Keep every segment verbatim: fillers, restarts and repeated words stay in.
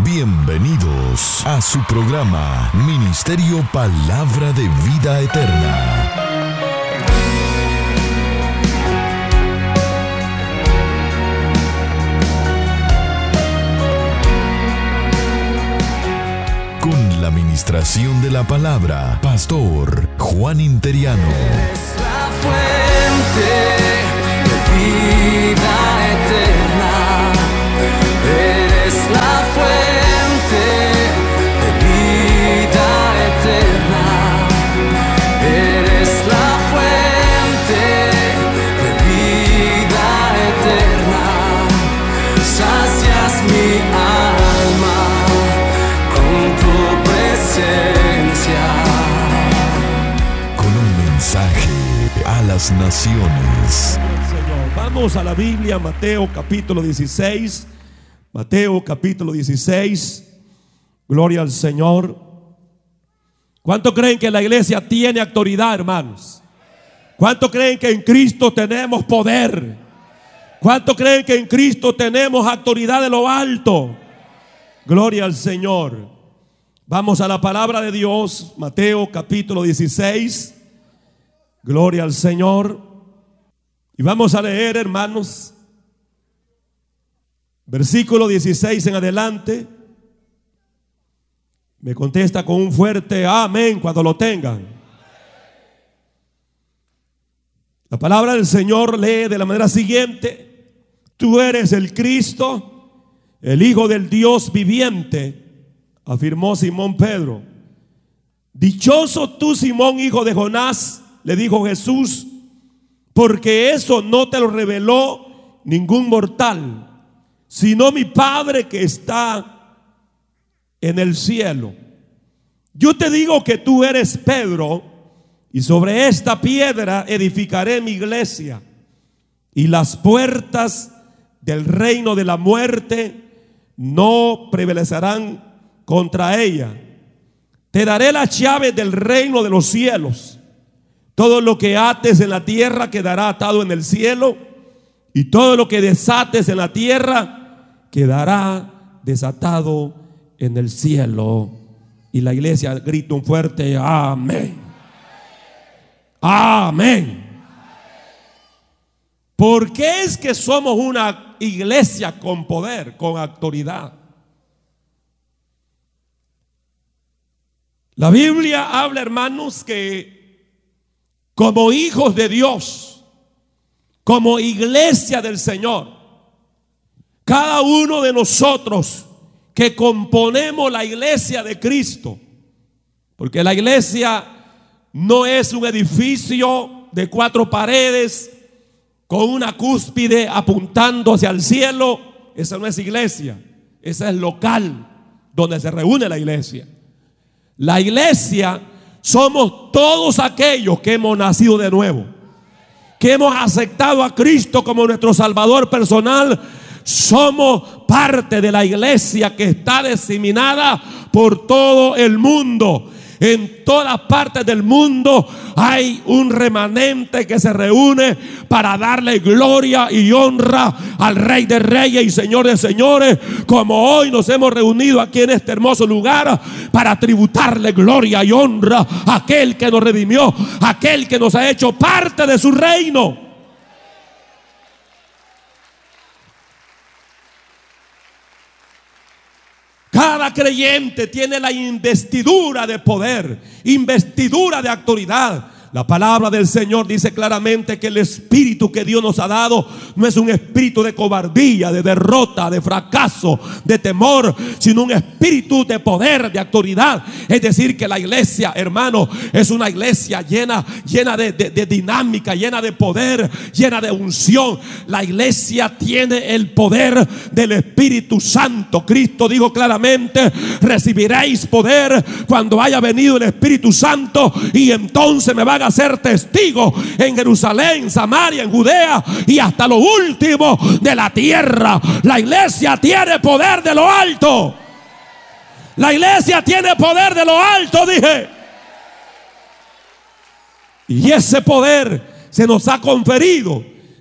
Bienvenidos a su programa Ministerio Palabra de Vida Eterna. Con la ministración de la palabra, Pastor Juan Interiano. Es la fuente de vida eterna. Eres la fuente de vida eterna. Eres la fuente de vida eterna. Sacias mi alma con tu presencia. Con un mensaje a las naciones. Señor, vamos a la Biblia, Mateo capítulo dieciséis. Mateo capítulo dieciséis. Gloria al Señor. ¿Cuánto creen que la iglesia tiene autoridad, hermanos? ¿Cuánto creen que en Cristo tenemos poder? ¿Cuánto creen que en Cristo tenemos autoridad de lo alto? Gloria al Señor. Vamos a la palabra de Dios, Mateo capítulo dieciséis. Gloria al Señor. Y vamos a leer, hermanos, versículo dieciséis en adelante. Me contesta con un fuerte amén cuando lo tengan. La palabra del Señor lee de la manera siguiente: tú eres el Cristo, el Hijo del Dios viviente, afirmó Simón Pedro. Dichoso tú, Simón, hijo de Jonás, le dijo Jesús, porque eso no te lo reveló ningún mortal, sino mi Padre que está en el cielo. Yo te digo que tú eres Pedro, y sobre esta piedra edificaré mi iglesia, y las puertas del reino de la muerte no prevalecerán contra ella. Te daré las llaves del reino de los cielos. Todo lo que ates en la tierra quedará atado en el cielo, y todo lo que desates en la tierra quedará desatado en el cielo. Y la iglesia grita un fuerte amén. Amén. ¿Por qué es que somos una iglesia con poder, con autoridad? La Biblia habla, hermanos, que como hijos de Dios, como iglesia del Señor, cada uno de nosotros que componemos la iglesia de Cristo, porque la iglesia no es un edificio de cuatro paredes con una cúspide apuntando hacia el cielo. Esa no es iglesia, esa es local donde se reúne la iglesia. La iglesia somos todos aquellos que hemos nacido de nuevo, que hemos aceptado a Cristo como nuestro Salvador personal. Somos parte de la iglesia que está diseminada por todo el mundo. En todas partes del mundo hay un remanente que se reúne para darle gloria y honra al Rey de Reyes y Señor de Señores, como hoy nos hemos reunido aquí en este hermoso lugar para tributarle gloria y honra a aquel que nos redimió, a aquel que nos ha hecho parte de su reino. Cada creyente tiene la investidura de poder, investidura de autoridad. La palabra del Señor dice claramente que el espíritu que Dios nos ha dado no es un espíritu de cobardía, de derrota, de fracaso, de temor, sino un espíritu de poder, de autoridad. Es decir, que la iglesia, hermano, es una iglesia llena, llena de, de, de dinámica, llena de poder, llena de unción. La iglesia tiene el poder del Espíritu Santo. Cristo dijo claramente: recibiréis poder cuando haya venido el Espíritu Santo, y entonces me van a ser testigos en Jerusalén, Samaria, en Judea y hasta lo último de la tierra. La iglesia tiene poder de lo alto. La iglesia tiene poder de lo alto, dije. Y ese poder se nos ha conferido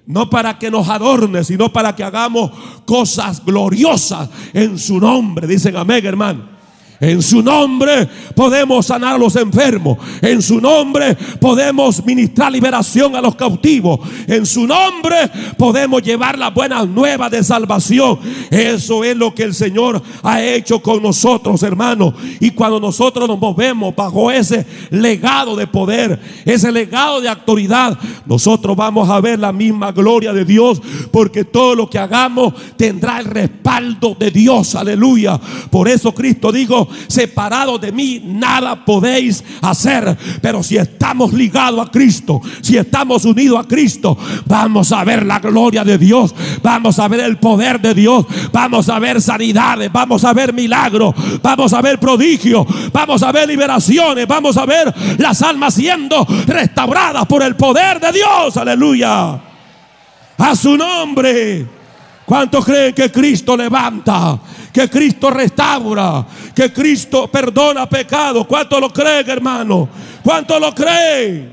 no para que nos adorne, sino para que hagamos cosas gloriosas en su nombre. Dicen amén, hermano. En su nombre podemos sanar a los enfermos. En su nombre podemos ministrar liberación a los cautivos. En su nombre podemos llevar las buenas nuevas de salvación. Eso es lo que el Señor ha hecho con nosotros, hermanos. Y cuando nosotros nos movemos bajo ese legado de poder, ese legado de autoridad, nosotros vamos a ver la misma gloria de Dios, porque todo lo que hagamos tendrá el respaldo de Dios. Aleluya. Por eso Cristo dijo: separado de mí nada podéis hacer. Pero si estamos ligados a Cristo, si estamos unidos a Cristo, vamos a ver la gloria de Dios, vamos a ver el poder de Dios, vamos a ver sanidades, vamos a ver milagros, vamos a ver prodigios, vamos a ver liberaciones, vamos a ver las almas siendo restauradas por el poder de Dios. Aleluya, a su nombre. ¿Cuántos creen que Cristo levanta, que Cristo restaura, que Cristo perdona pecados? ¿Cuántos lo creen, hermano? ¿Cuántos lo creen?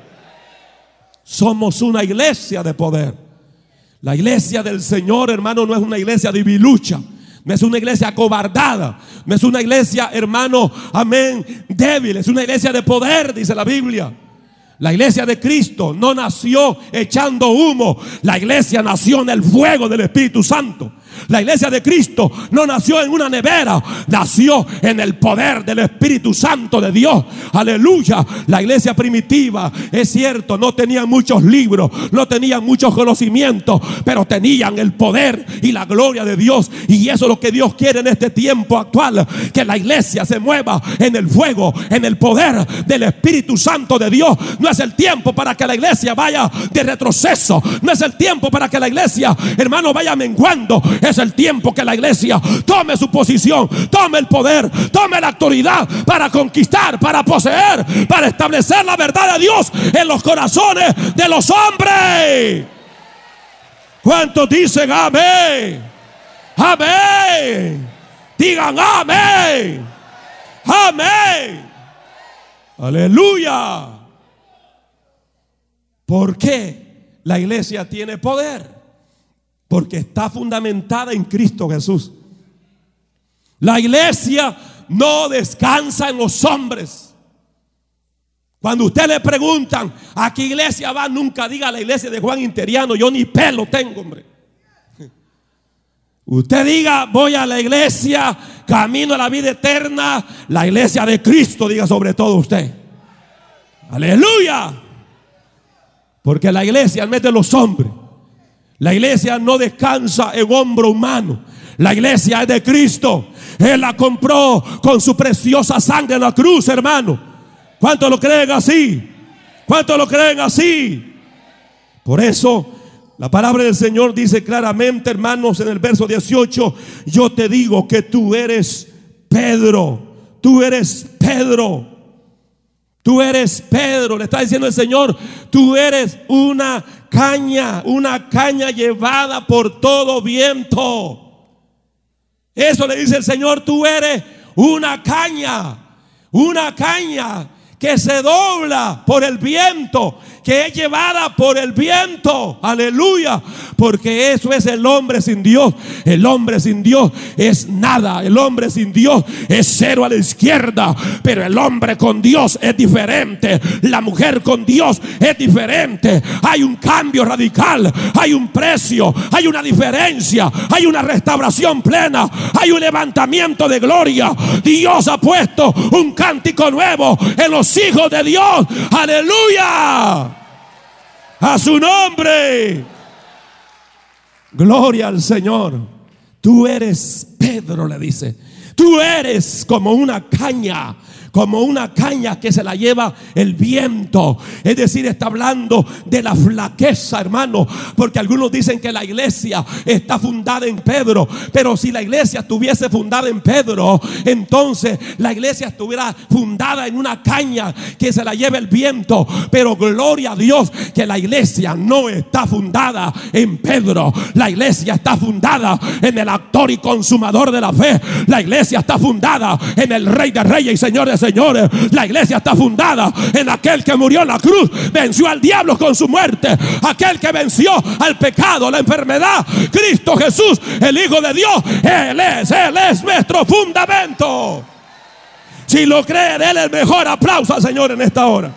Somos una iglesia de poder. La iglesia del Señor, hermano, no es una iglesia de debilucha, no es una iglesia acobardada, no es una iglesia, hermano, amén, débil. Es una iglesia de poder, dice la Biblia. La iglesia de Cristo no nació echando humo. La iglesia nació en el fuego del Espíritu Santo. La iglesia de Cristo no nació en una nevera, nació en el poder del Espíritu Santo de Dios. Aleluya. La iglesia primitiva, es cierto, no tenían muchos libros, no tenían muchos conocimientos, pero tenían el poder y la gloria de Dios. Y eso es lo que Dios quiere en este tiempo actual, que la iglesia se mueva en el fuego, en el poder del Espíritu Santo de Dios. No es el tiempo para que la iglesia vaya de retroceso, no es el tiempo para que la iglesia, hermano, vaya menguando. Es el tiempo que la iglesia tome su posición, tome el poder, tome la autoridad para conquistar, para poseer, para establecer la verdad de Dios en los corazones de los hombres. ¿Cuántos dicen amén? Amén. Digan amén. Amén. Aleluya. ¿Por qué la iglesia tiene poder? Porque está fundamentada en Cristo Jesús. La iglesia no descansa en los hombres. Cuando usted le preguntan a qué iglesia va, nunca diga la iglesia de Juan Interiano. Yo ni pelo tengo, hombre. Usted diga: voy a la iglesia Camino a la Vida Eterna, la iglesia de Cristo. Diga sobre todo usted. Aleluya. Porque la iglesia no es de los hombres. La iglesia no descansa en hombro humano. La iglesia es de Cristo. Él la compró con su preciosa sangre en la cruz, hermano. ¿Cuántos lo creen así? ¿Cuántos lo creen así? Por eso la palabra del Señor dice claramente, hermanos, en el verso dieciocho: yo te digo que tú eres Pedro. Tú eres Pedro. Tú eres Pedro. Le está diciendo el Señor: tú eres una caña, una caña llevada por todo viento. Eso le dice el Señor: tú eres una caña, una caña que se dobla por el viento, que es llevada por el viento. Aleluya. Porque eso es el hombre sin Dios. El hombre sin Dios es nada. El hombre sin Dios es cero a la izquierda. Pero el hombre con Dios es diferente. La mujer con Dios es diferente. Hay un cambio radical. Hay un precio. Hay una diferencia. Hay una restauración plena. Hay un levantamiento de gloria. Dios ha puesto un cántico nuevo en los hijos de Dios. Aleluya. A su nombre. Gloria al Señor. Tú eres Pedro, le dice. Tú eres como una caña, como una caña que se la lleva el viento. Es decir, está hablando de la flaqueza, hermano. Porque algunos dicen que la iglesia está fundada en Pedro. Pero si la iglesia estuviese fundada en Pedro, entonces la iglesia estuviera fundada en una caña que se la lleva el viento. Pero gloria a Dios que la iglesia no está fundada en Pedro. La iglesia está fundada en el autor y consumador de la fe. La iglesia está fundada en el Rey de Reyes y Señor de señores, la iglesia está fundada en aquel que murió en la cruz, venció al diablo con su muerte, aquel que venció al pecado, la enfermedad, Cristo Jesús, el Hijo de Dios. Él es, Él es nuestro fundamento. Si lo cree, déle el mejor aplauso al Señor en esta hora.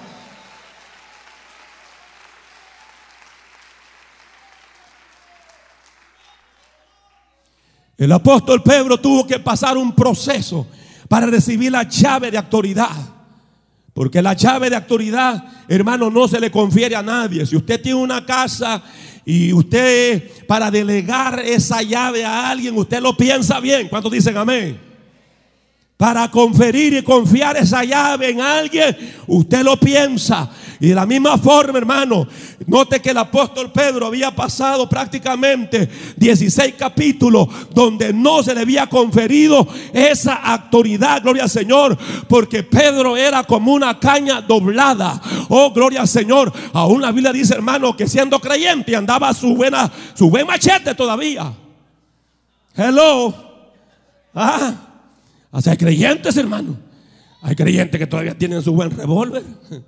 El apóstol Pedro tuvo que pasar un proceso para recibir la llave de autoridad. Porque la llave de autoridad, hermano, no se le confiere a nadie. Si usted tiene una casa y usted, para delegar esa llave a alguien, usted lo piensa bien. ¿Cuántos dicen amén? Para conferir y confiar esa llave en alguien, usted lo piensa. Y de la misma forma, hermano, note que el apóstol Pedro había pasado prácticamente dieciséis capítulos donde no se le había conferido esa autoridad, gloria al Señor, porque Pedro era como una caña doblada. Oh, gloria al Señor. Aún la Biblia dice, hermano, que siendo creyente andaba su buena, su buen machete todavía. Hello. Ah, o sea, hay creyentes, hermano. Hay creyentes que todavía tienen su buen revólver.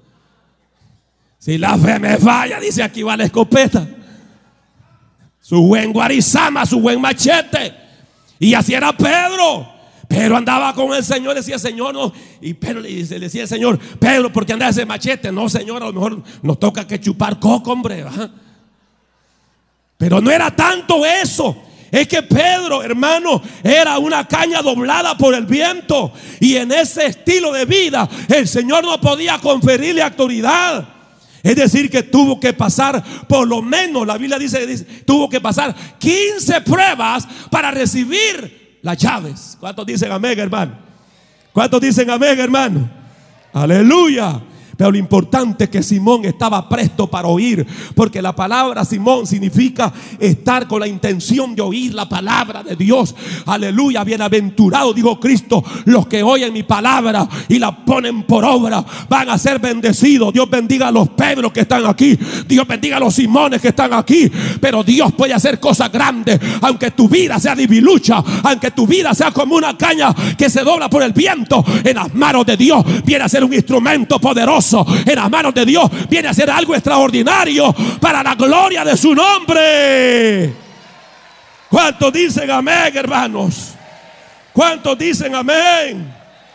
Si la fe me falla, dice, aquí va la escopeta. Su buen guarizama, su buen machete. Y así era Pedro. Pedro andaba con el Señor, decía, Señor, no. Y Pedro le decía al Señor, Pedro, ¿por qué anda ese machete? No, Señor, a lo mejor nos toca que chupar coco, hombre. ¿Verdad? Pero no era tanto eso. Es que Pedro, hermano, era una caña doblada por el viento. Y en ese estilo de vida el Señor no podía conferirle autoridad. Es decir, que tuvo que pasar, por lo menos la Biblia dice, dice tuvo que pasar quince pruebas para recibir las llaves. ¿Cuántos dicen amén, hermano? ¿Cuántos dicen amén, hermano? Aleluya. Pero lo importante es que Simón estaba presto para oír, porque la palabra Simón significa estar con la intención de oír la palabra de Dios. Aleluya, bienaventurado, dijo Cristo, los que oyen mi palabra y la ponen por obra van a ser bendecidos. Dios bendiga a los Pedros que están aquí, Dios bendiga a los Simones que están aquí. Pero Dios puede hacer cosas grandes, aunque tu vida sea divilucha, aunque tu vida sea como una caña que se dobla por el viento. En las manos de Dios viene a ser un instrumento poderoso. En las manos de Dios viene a ser algo extraordinario para la gloria de su nombre. ¿Cuántos dicen amén, hermanos? ¿Cuántos dicen amén?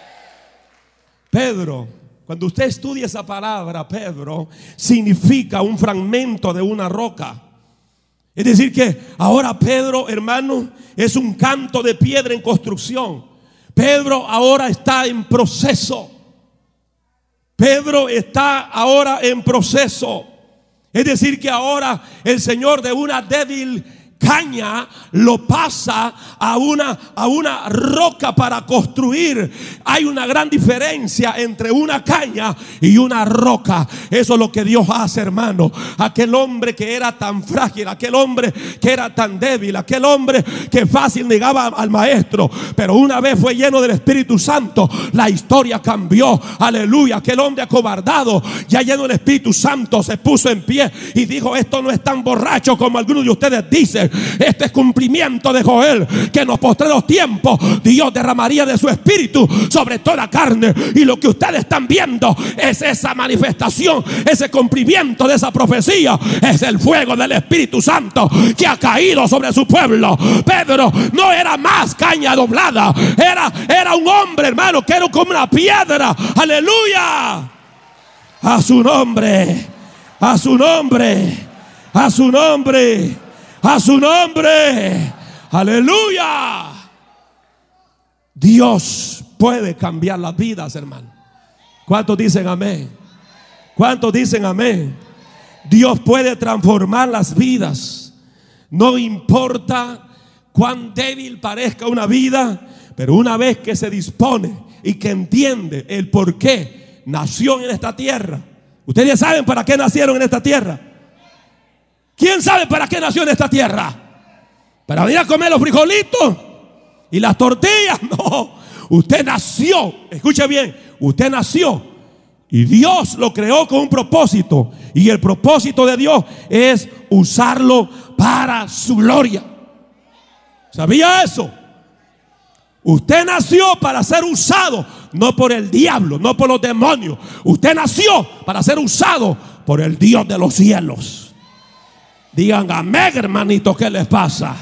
Pedro, cuando usted estudia esa palabra, Pedro significa un fragmento de una roca. Es decir que ahora Pedro, hermano, es un canto de piedra en construcción. Pedro ahora está en proceso. Pedro está ahora en proceso. Es decir que ahora el Señor de una débil caña lo pasa a una, a una roca para construir. Hay una gran diferencia entre una caña y una roca. Eso es lo que Dios hace, hermano. Aquel hombre que era tan frágil, aquel hombre que era tan débil, aquel hombre que fácil negaba al maestro, pero una vez fue lleno del Espíritu Santo, la historia cambió. Aleluya. Aquel hombre acobardado, ya lleno del Espíritu Santo, se puso en pie y dijo, esto no es tan borracho como algunos de ustedes dicen. Este es cumplimiento de Joel, que en los postreros tiempos Dios derramaría de su espíritu sobre toda carne. Y lo que ustedes están viendo es esa manifestación, ese cumplimiento de esa profecía. Es el fuego del Espíritu Santo que ha caído sobre su pueblo. Pedro no era más caña doblada, era, era un hombre, hermano, que era como una piedra. Aleluya. A su nombre, a su nombre, a su nombre, a su nombre. Aleluya. Dios puede cambiar las vidas, hermano. ¿Cuántos dicen amén? ¿Cuántos dicen amén? Dios puede transformar las vidas. No importa cuán débil parezca una vida, pero una vez que se dispone y que entiende el por qué nació en esta tierra. Ustedes saben para qué nacieron en esta tierra. ¿Quién sabe para qué nació en esta tierra? ¿Para venir a comer los frijolitos y las tortillas? No, usted nació, escuche bien, usted nació y Dios lo creó con un propósito. Y el propósito de Dios es usarlo para su gloria. ¿Sabía eso? Usted nació para ser usado no por el diablo, no por los demonios. Usted nació para ser usado por el Dios de los cielos. Digan amén, hermanito, ¿qué les pasa?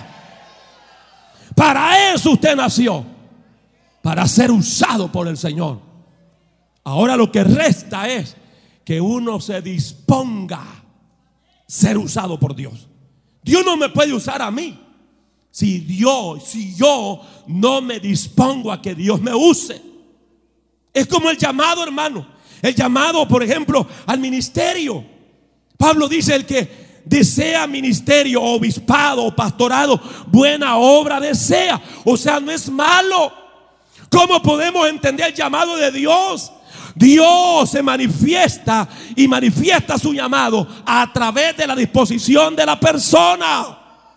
Para eso usted nació, para ser usado por el Señor. Ahora lo que resta es que uno se disponga a ser usado por Dios. Dios no me puede usar a mí si Dios, si yo no me dispongo a que Dios me use. Es como el llamado, hermano. El llamado, por ejemplo, al ministerio. Pablo dice: el que desea ministerio, obispado o pastorado, buena obra desea. O sea, no es malo. ¿Cómo podemos entender el llamado de Dios? Dios se manifiesta y manifiesta su llamado a través de la disposición de la persona.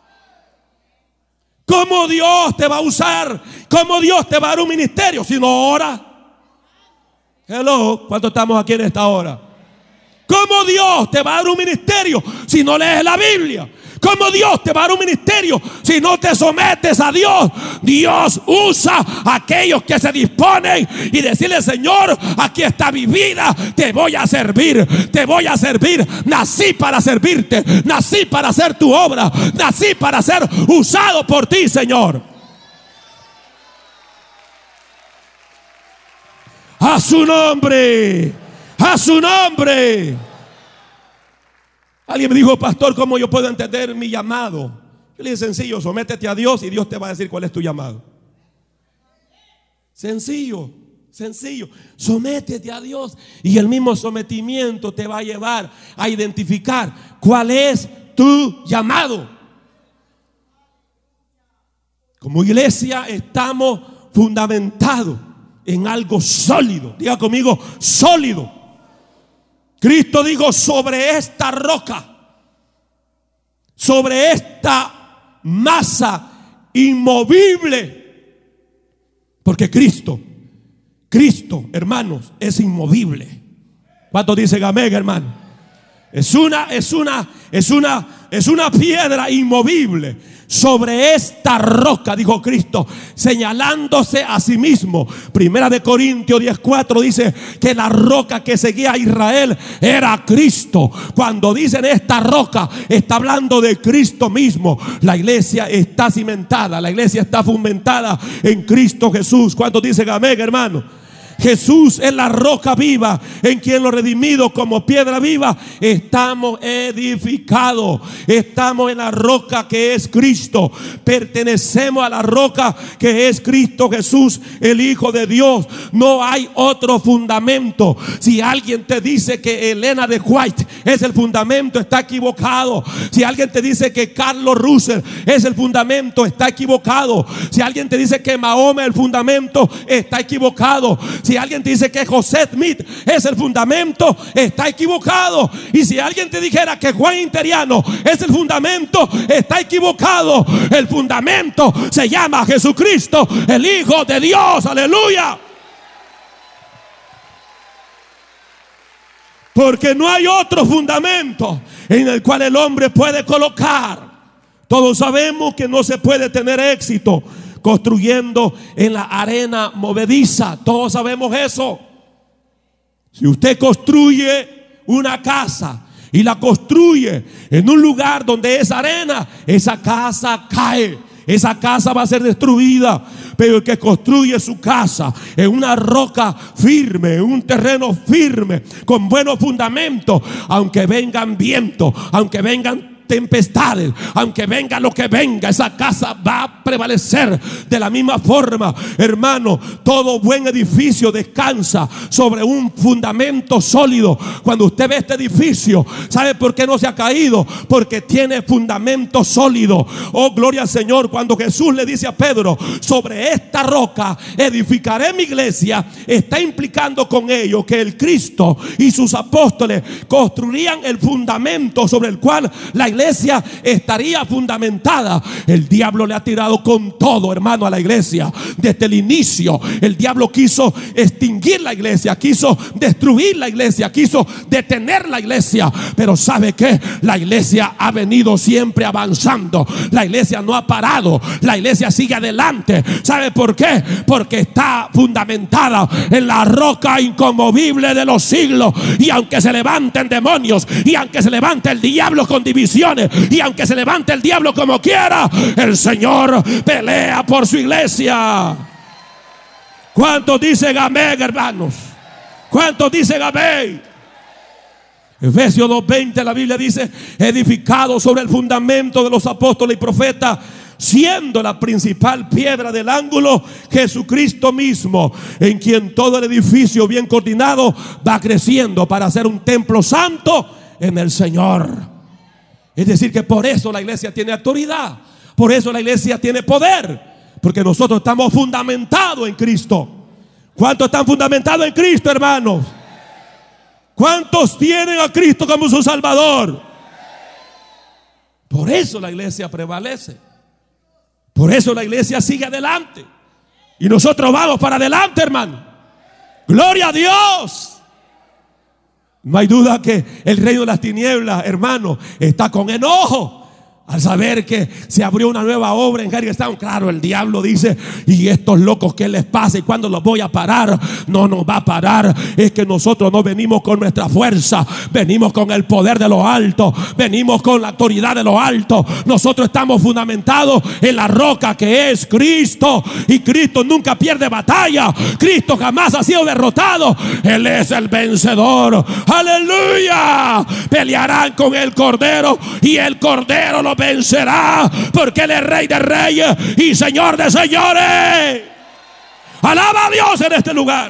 ¿Cómo Dios te va a usar? ¿Cómo Dios te va a dar un ministerio si no ora? Hello, ¿cuántos estamos aquí en esta hora? ¿Cómo Dios te va a dar un ministerio si no lees la Biblia? ¿Cómo Dios te va a dar un ministerio si no te sometes a Dios? Dios usa a aquellos que se disponen y decirle: Señor, aquí está mi vida, te voy a servir, te voy a servir. Nací para servirte, nací para hacer tu obra, nací para ser usado por ti, Señor. A su nombre, a su nombre. Alguien me dijo: pastor, ¿cómo yo puedo entender mi llamado? Yo le dije: sencillo, sométete a Dios y Dios te va a decir cuál es tu llamado. Sencillo, sencillo. Sométete a Dios y el mismo sometimiento te va a llevar a identificar cuál es tu llamado. Como iglesia estamos fundamentados en algo sólido. Diga conmigo: sólido. Cristo dijo: sobre esta roca, sobre esta masa inmovible. Porque Cristo, Cristo, hermanos, es inmovible. ¿Cuántos dicen amén, hermano? Es una, es una, es una, es una piedra inmovible. Sobre esta roca, dijo Cristo, señalándose a sí mismo. Primera de Corintios diez cuatro dice que la roca que seguía a Israel era Cristo. Cuando dicen esta roca, está hablando de Cristo mismo. La iglesia está cimentada, la iglesia está fundamentada en Cristo Jesús. ¿Cuántos dicen amén, hermano? Jesús es la roca viva, en quien los redimidos como piedra viva estamos edificados. Estamos en la roca que es Cristo. Pertenecemos a la roca que es Cristo Jesús, el Hijo de Dios. No hay otro fundamento. Si alguien te dice que Elena de White es el fundamento, está equivocado. Si alguien te dice que Carlos Russell es el fundamento, está equivocado. Si alguien te dice que Mahoma es el fundamento, está equivocado. Si alguien te dice que José Smith es el fundamento, está equivocado. Y si alguien te dijera que Juan Interiano es el fundamento, está equivocado. El fundamento se llama Jesucristo, el Hijo de Dios. Aleluya. Porque no hay otro fundamento en el cual el hombre puede colocar. Todos sabemos que no se puede tener éxito construyendo en la arena movediza. Todos sabemos eso. Si usted construye una casa y la construye en un lugar donde es arena, esa casa cae, esa casa va a ser destruida. Pero el que construye su casa en una roca firme, en un terreno firme, con buenos fundamentos, aunque vengan vientos, aunque vengan tempestades, aunque venga lo que venga, esa casa va a prevalecer. De la misma forma, hermano, todo buen edificio descansa sobre un fundamento sólido. Cuando usted ve este edificio, ¿sabe por qué no se ha caído? Porque tiene fundamento sólido. Oh, gloria al Señor. Cuando Jesús le dice a Pedro: sobre esta roca edificaré mi iglesia, está implicando con ello que el Cristo y sus apóstoles construirían el fundamento sobre el cual la iglesia iglesia estaría fundamentada. El diablo le ha tirado con todo, hermano, a la iglesia. Desde el inicio el diablo quiso extinguir la iglesia, quiso destruir la iglesia, quiso detener la iglesia. Pero ¿sabe qué? La iglesia ha venido siempre avanzando. La iglesia no ha parado, la iglesia sigue adelante. ¿Sabe por qué? Porque está fundamentada en la roca inconmovible de los siglos. Y aunque se levanten demonios, y aunque se levante el diablo con divisiones, y aunque se levante el diablo como quiera, el Señor pelea por su iglesia. ¿Cuántos dicen amén, hermanos? ¿Cuántos dicen amén? Efesios dos veinte, la Biblia dice: edificado sobre el fundamento de los apóstoles y profetas, siendo la principal piedra del ángulo Jesucristo mismo, en quien todo el edificio bien coordinado va creciendo para ser un templo santo en el Señor. Es decir, que por eso la iglesia tiene autoridad, por eso la iglesia tiene poder, porque nosotros estamos fundamentados en Cristo. ¿Cuántos están fundamentados en Cristo, hermanos? ¿Cuántos tienen a Cristo como su Salvador? Por eso la iglesia prevalece. Por eso la iglesia sigue adelante. Y nosotros vamos para adelante, hermano. Gloria a Dios. No hay duda que el reino de las tinieblas, hermano, está con enojo al saber que se abrió una nueva obra en Hagerstown. Claro, el diablo dice: y estos locos, ¿qué les pasa? ¿Y cuándo los voy a parar? No nos va a parar. Es que nosotros no venimos con nuestra fuerza, venimos con el poder de lo alto, venimos con la autoridad de lo alto. Nosotros estamos fundamentados en la roca que es Cristo. Y Cristo nunca pierde batalla. Cristo jamás ha sido derrotado. Él es el vencedor. ¡Aleluya! Pelearán con el Cordero y el Cordero lo vencerá, porque Él es Rey de Reyes y Señor de Señores. Alaba a Dios en este lugar.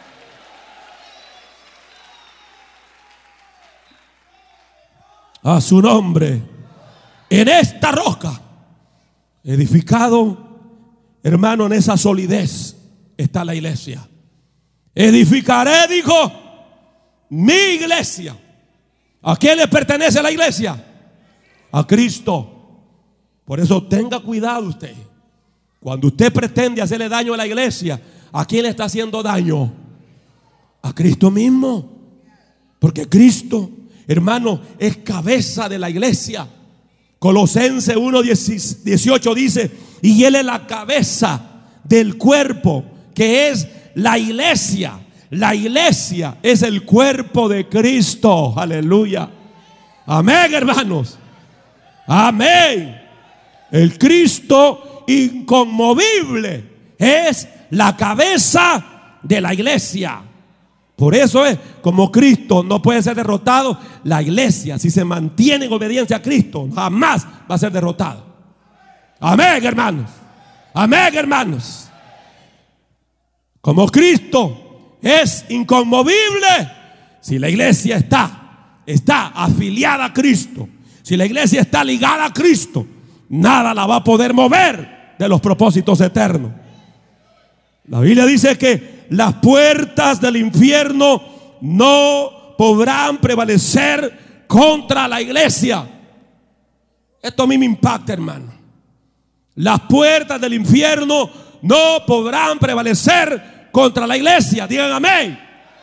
A su nombre. En esta roca, edificado, hermano, en esa solidez está la iglesia. Edificaré, dijo, mi iglesia. ¿A quién le pertenece la iglesia? A Cristo. Por eso tenga cuidado usted. Cuando usted pretende hacerle daño a la iglesia, ¿a quién le está haciendo daño? A Cristo mismo. Porque Cristo, hermano, es cabeza de la iglesia. Colosenses uno dieciocho dice: y Él es la cabeza del cuerpo, que es la iglesia. La iglesia es el cuerpo de Cristo. Aleluya. Amén, hermanos. Amén. El Cristo inconmovible es la cabeza de la iglesia. Por eso es, como Cristo no puede ser derrotado, la iglesia, si se mantiene en obediencia a Cristo, jamás va a ser derrotada. Amén, hermanos. Amén, hermanos. Como Cristo es inconmovible, si la iglesia está, está afiliada a Cristo, si la iglesia está ligada a Cristo, nada la va a poder mover de los propósitos eternos. La Biblia dice que las puertas del infierno no podrán prevalecer contra la iglesia. Esto a mí me impacta, hermano. Las puertas del infierno no podrán prevalecer contra la iglesia. Digan amén.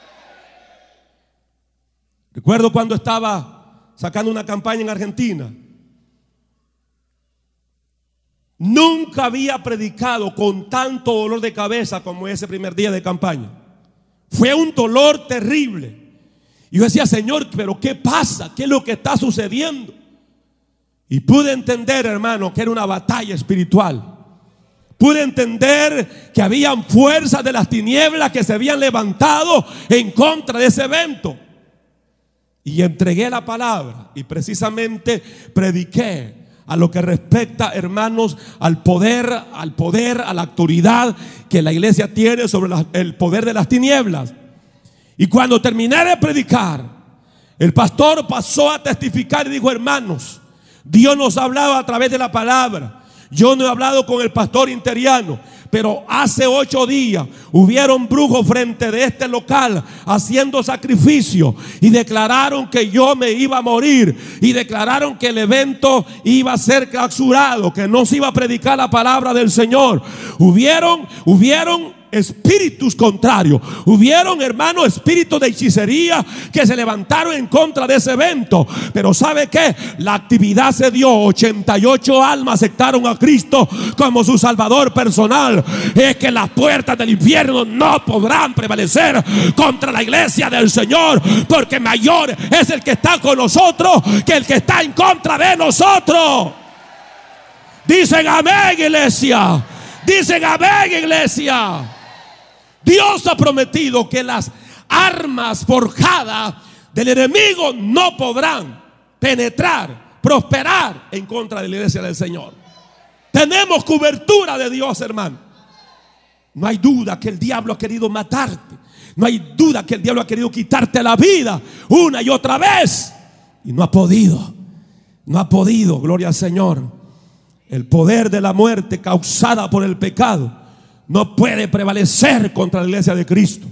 Recuerdo cuando estaba sacando una campaña en Argentina. Nunca había predicado con tanto dolor de cabeza como ese primer día de campaña. Fue un dolor terrible. Y yo decía: Señor, pero ¿qué pasa? ¿Qué es lo que está sucediendo? Y pude entender, hermano, que era una batalla espiritual. Pude entender que habían fuerzas de las tinieblas que se habían levantado en contra de ese evento. Y entregué la palabra y precisamente prediqué a lo que respecta, hermanos, al poder, al poder, a la autoridad que la iglesia tiene sobre la, el poder de las tinieblas. Y cuando terminé de predicar, el pastor pasó a testificar y dijo: hermanos, Dios nos hablaba a través de la palabra. Yo no he hablado con el pastor interiano, Pero hace ocho días hubieron brujos frente de este local haciendo sacrificio y declararon que yo me iba a morir, y declararon que el evento iba a ser clausurado, que no se iba a predicar la palabra del Señor. Hubieron, hubieron espíritus contrarios, hubieron, hermanos, espíritus de hechicería que se levantaron en contra de ese evento. Pero ¿sabe qué? La actividad se dio. ochenta y ocho almas aceptaron a Cristo como su Salvador personal. Es que las puertas del infierno no podrán prevalecer contra la iglesia del Señor, porque mayor es el que está con nosotros que el que está en contra de nosotros. Dicen amén, iglesia. Dicen amén, iglesia. Dios ha prometido que las armas forjadas del enemigo no podrán penetrar, prosperar en contra de la iglesia del Señor. Tenemos cobertura de Dios, hermano. No hay duda que el diablo ha querido matarte. No hay duda que el diablo ha querido quitarte la vida una y otra vez, y no ha podido. No ha podido, gloria al Señor. El poder de la muerte causada por el pecado no puede prevalecer contra la iglesia de Cristo.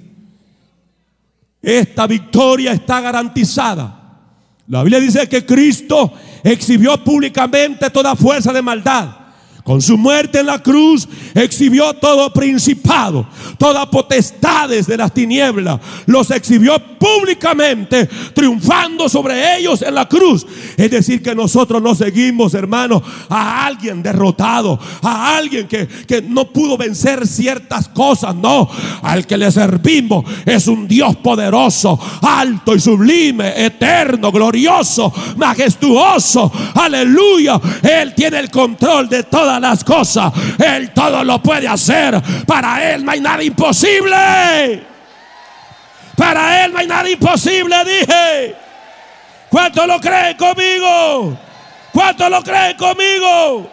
Esta victoria está garantizada. La Biblia dice que Cristo exhibió públicamente toda fuerza de maldad. Con su muerte en la cruz exhibió todo principado, todas potestades de las tinieblas. Los exhibió públicamente, triunfando sobre ellos en la cruz. Es decir, que nosotros no seguimos, hermanos, a alguien derrotado, a alguien que, que no pudo vencer ciertas cosas. No, al que le servimos es un Dios poderoso, alto y sublime, eterno, glorioso, majestuoso. Aleluya. Él tiene el control de todas las cosas. Él todo lo puede hacer. Para Él no hay nada imposible. Para Él no hay nada imposible, dije. ¿Cuántos lo creen conmigo? ¿Cuántos lo creen conmigo?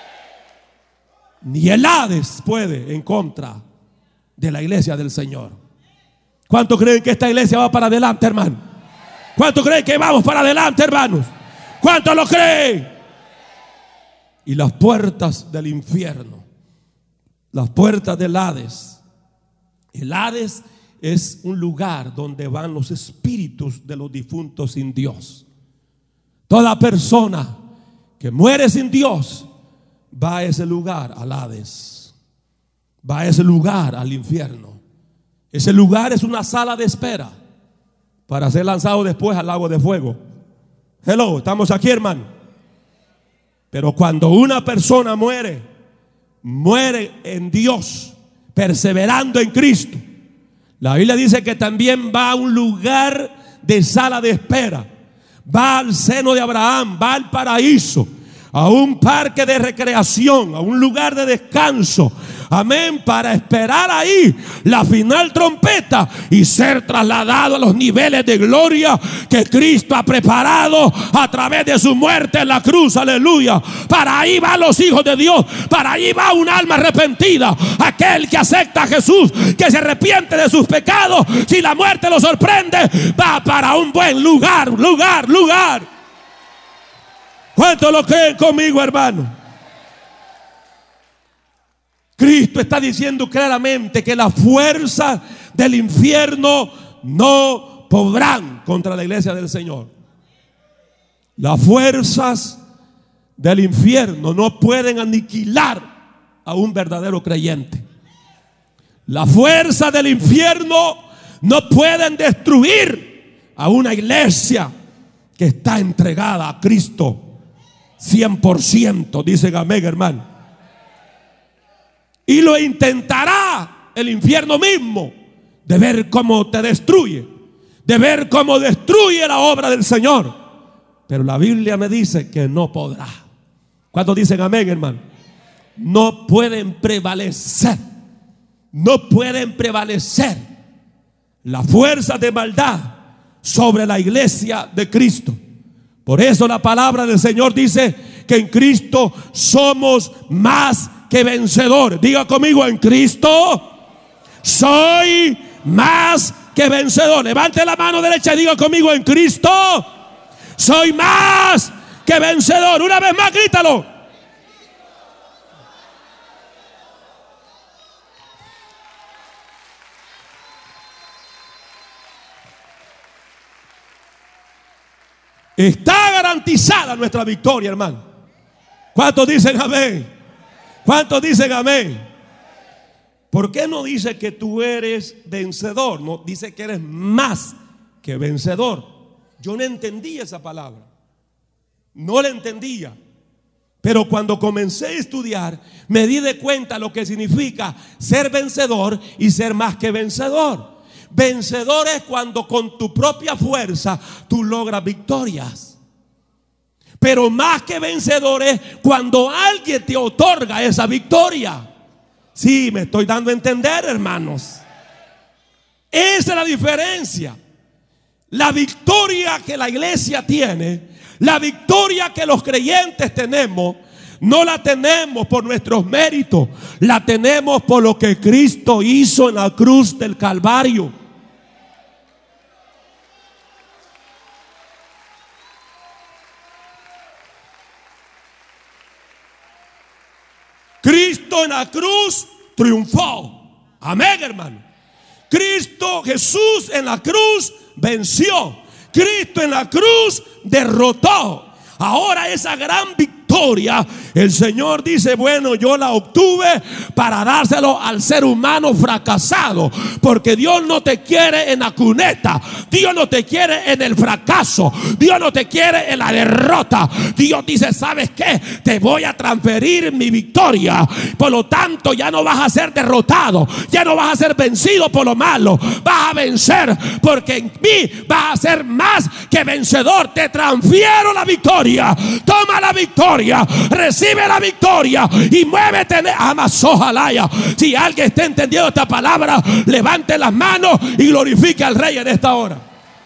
Ni el Hades puede en contra de la iglesia del Señor. ¿Cuántos creen que esta iglesia va para adelante, hermano? ¿Cuántos creen que vamos para adelante, hermanos? ¿Cuántos lo creen? Y las puertas del infierno, las puertas del Hades. El Hades es un lugar donde van los espíritus de los difuntos sin Dios. Toda persona que muere sin Dios va a ese lugar, al Hades. Va a ese lugar, al infierno. Ese lugar es una sala de espera para ser lanzado después al lago de fuego. Hello, estamos aquí, hermano. Pero cuando una persona muere, muere en Dios, perseverando en Cristo, la Biblia dice que también va a un lugar de sala de espera. Va al seno de Abraham, va al paraíso, a un parque de recreación, a un lugar de descanso. Amén, para esperar ahí la final trompeta y ser trasladado a los niveles de gloria que Cristo ha preparado a través de su muerte en la cruz. Aleluya. Para ahí van los hijos de Dios. Para ahí va un alma arrepentida. Aquel que acepta a Jesús, que se arrepiente de sus pecados. Si la muerte lo sorprende, va para un buen lugar, lugar, lugar. ¿Cuántos lo creen conmigo, hermano? Cristo está diciendo claramente que las fuerzas del infierno no podrán contra la iglesia del Señor. Las fuerzas del infierno no pueden aniquilar a un verdadero creyente. Las fuerzas del infierno no pueden destruir a una iglesia que está entregada a Cristo cien por ciento. Dicen amén, hermano. Y lo intentará el infierno mismo, de ver cómo te destruye, de ver cómo destruye la obra del Señor. Pero la Biblia me dice que no podrá. ¿Cuántos dicen amén, hermano? No pueden prevalecer. No pueden prevalecer las fuerzas de maldad sobre la iglesia de Cristo. Por eso la palabra del Señor dice que en Cristo somos más que vencedores. Diga conmigo: en Cristo soy más que vencedor. Levante la mano derecha y diga conmigo: en Cristo soy más que vencedor. Una vez más, grítalo. Está garantizada nuestra victoria, hermano. ¿Cuántos dicen amén? ¿Cuántos dicen amén? ¿Por qué no dice que tú eres vencedor? No, dice que eres más que vencedor. Yo no entendía esa palabra. No la entendía. Pero cuando comencé a estudiar, me di de cuenta lo que significa ser vencedor y ser más que vencedor. Vencedor es cuando con tu propia fuerza tú logras victorias. Pero más que vencedor es cuando alguien te otorga esa victoria. Sí, me estoy dando a entender, hermanos. Esa es la diferencia. La victoria que la iglesia tiene, la victoria que los creyentes tenemos, no la tenemos por nuestros méritos, la tenemos por lo que Cristo hizo en la cruz del Calvario. Cristo en la cruz triunfó. Amén, hermano. Cristo Jesús en la cruz venció. Cristo en la cruz derrotó. Ahora esa gran victoria, el Señor dice, bueno, yo la obtuve para dárselo al ser humano fracasado. Porque Dios no te quiere en la cuneta. Dios no te quiere en el fracaso. Dios no te quiere en la derrota. Dios dice, ¿sabes qué? Te voy a transferir mi victoria. Por lo tanto, ya no vas a ser derrotado. Ya no vas a ser vencido por lo malo. Vas a vencer porque en mí vas a ser más que vencedor. Te transfiero la victoria. Toma la victoria, recibe la victoria y muévete. Amazojalaya. Si alguien está entendiendo esta palabra, levante las manos y glorifique al Rey en esta hora.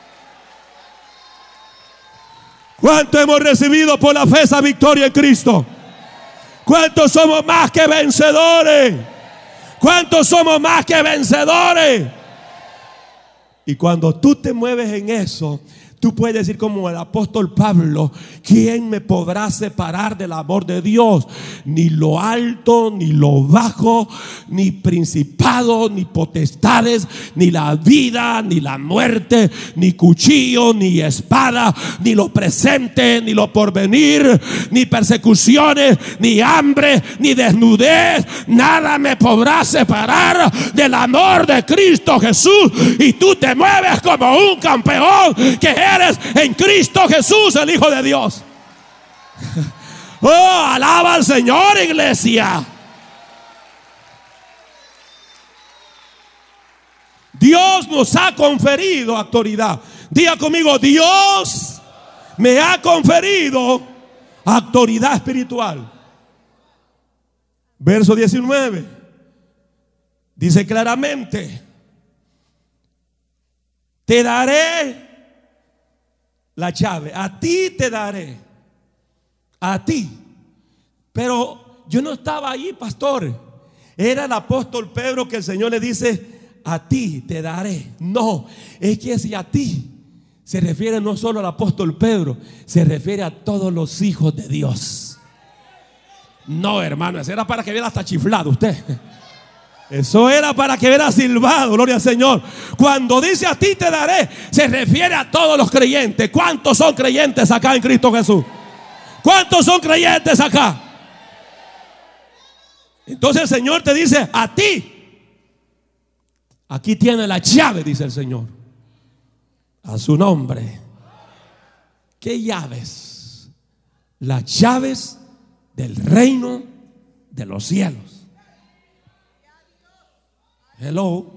¿Cuánto hemos recibido por la fe esa victoria en Cristo? ¿Cuántos somos más que vencedores? ¿Cuántos somos más que vencedores? Y cuando tú te mueves en eso, tú puedes decir como el apóstol Pablo, ¿quién me podrá separar del amor de Dios? Ni lo alto, ni lo bajo, ni principados, ni potestades, ni la vida, ni la muerte, ni cuchillo, ni espada, ni lo presente, ni lo porvenir, ni persecuciones, ni hambre, ni desnudez. Nada me podrá separar del amor de Cristo Jesús. Y tú te mueves como un campeón que eres en Cristo Jesús, el Hijo de Dios. Oh, alaba al Señor, iglesia. Dios nos ha conferido autoridad. Diga conmigo, Dios me ha conferido autoridad espiritual. Verso diecinueve dice claramente: te daré la llave, a ti te daré, a ti. Pero yo no estaba ahí, pastor. Era el apóstol Pedro que el Señor le dice, a ti te daré. No, es que si a ti se refiere no solo al apóstol Pedro, se refiere a todos los hijos de Dios. No, hermano, eso era para que viera hasta chiflado usted. Eso era para que hubiera silbado, gloria al Señor. Cuando dice a ti te daré, se refiere a todos los creyentes. ¿Cuántos son creyentes acá en Cristo Jesús? ¿Cuántos son creyentes acá? Entonces el Señor te dice, a ti, aquí tiene la llave, dice el Señor, a su nombre. ¿Qué llaves? Las llaves del reino de los cielos. Hello.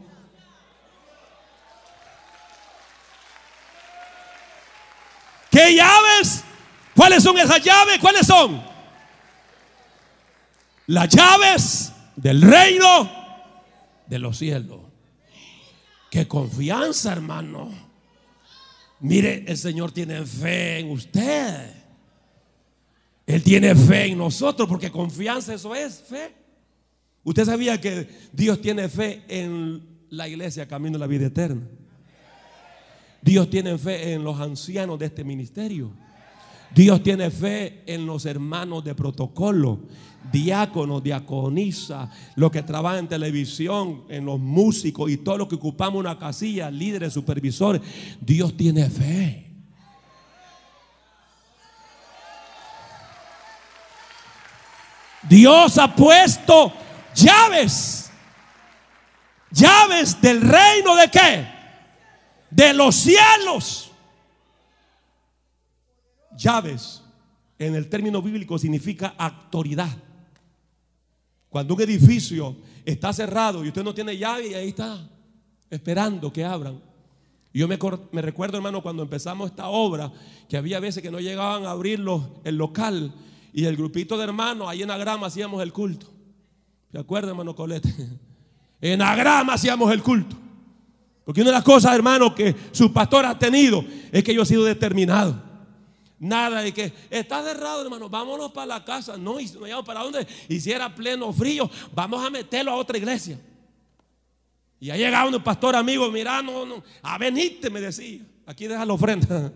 ¿Qué llaves? ¿Cuáles son esas llaves? ¿Cuáles son? Las llaves del reino de los cielos. Qué confianza, hermano. Mire, el Señor tiene fe en usted. Él tiene fe en nosotros, porque confianza, eso es fe. ¿Usted sabía que Dios tiene fe en la iglesia Camino a la Vida Eterna? Dios tiene fe en los ancianos de este ministerio. Dios tiene fe en los hermanos de protocolo, diáconos, diaconisa, los que trabajan en televisión, en los músicos y todos los que ocupamos una casilla, líderes, supervisores. Dios tiene fe. Dios ha puesto llaves. Llaves del reino de qué? De los cielos. Llaves en el término bíblico significa autoridad. Cuando un edificio está cerrado y usted no tiene llave, y ahí está esperando que abran. Yo me, me recuerdo, hermano, cuando empezamos esta obra, que había veces que no llegaban a abrir los, el local, y el grupito de hermanos ahí en la grama hacíamos el culto. ¿Se acuerda, hermano Colete? En la grama hacíamos el culto. Porque una de las cosas, hermano, que su pastor ha tenido es que yo he sido determinado. Nada de que está cerrado, hermano, vámonos para la casa. No, y no llegamos para dónde. Y si era pleno frío, vamos a meterlo a otra iglesia. Y ahí llegaba un pastor amigo, mira, no, no, a venirte, me decía. Aquí deja la ofrenda.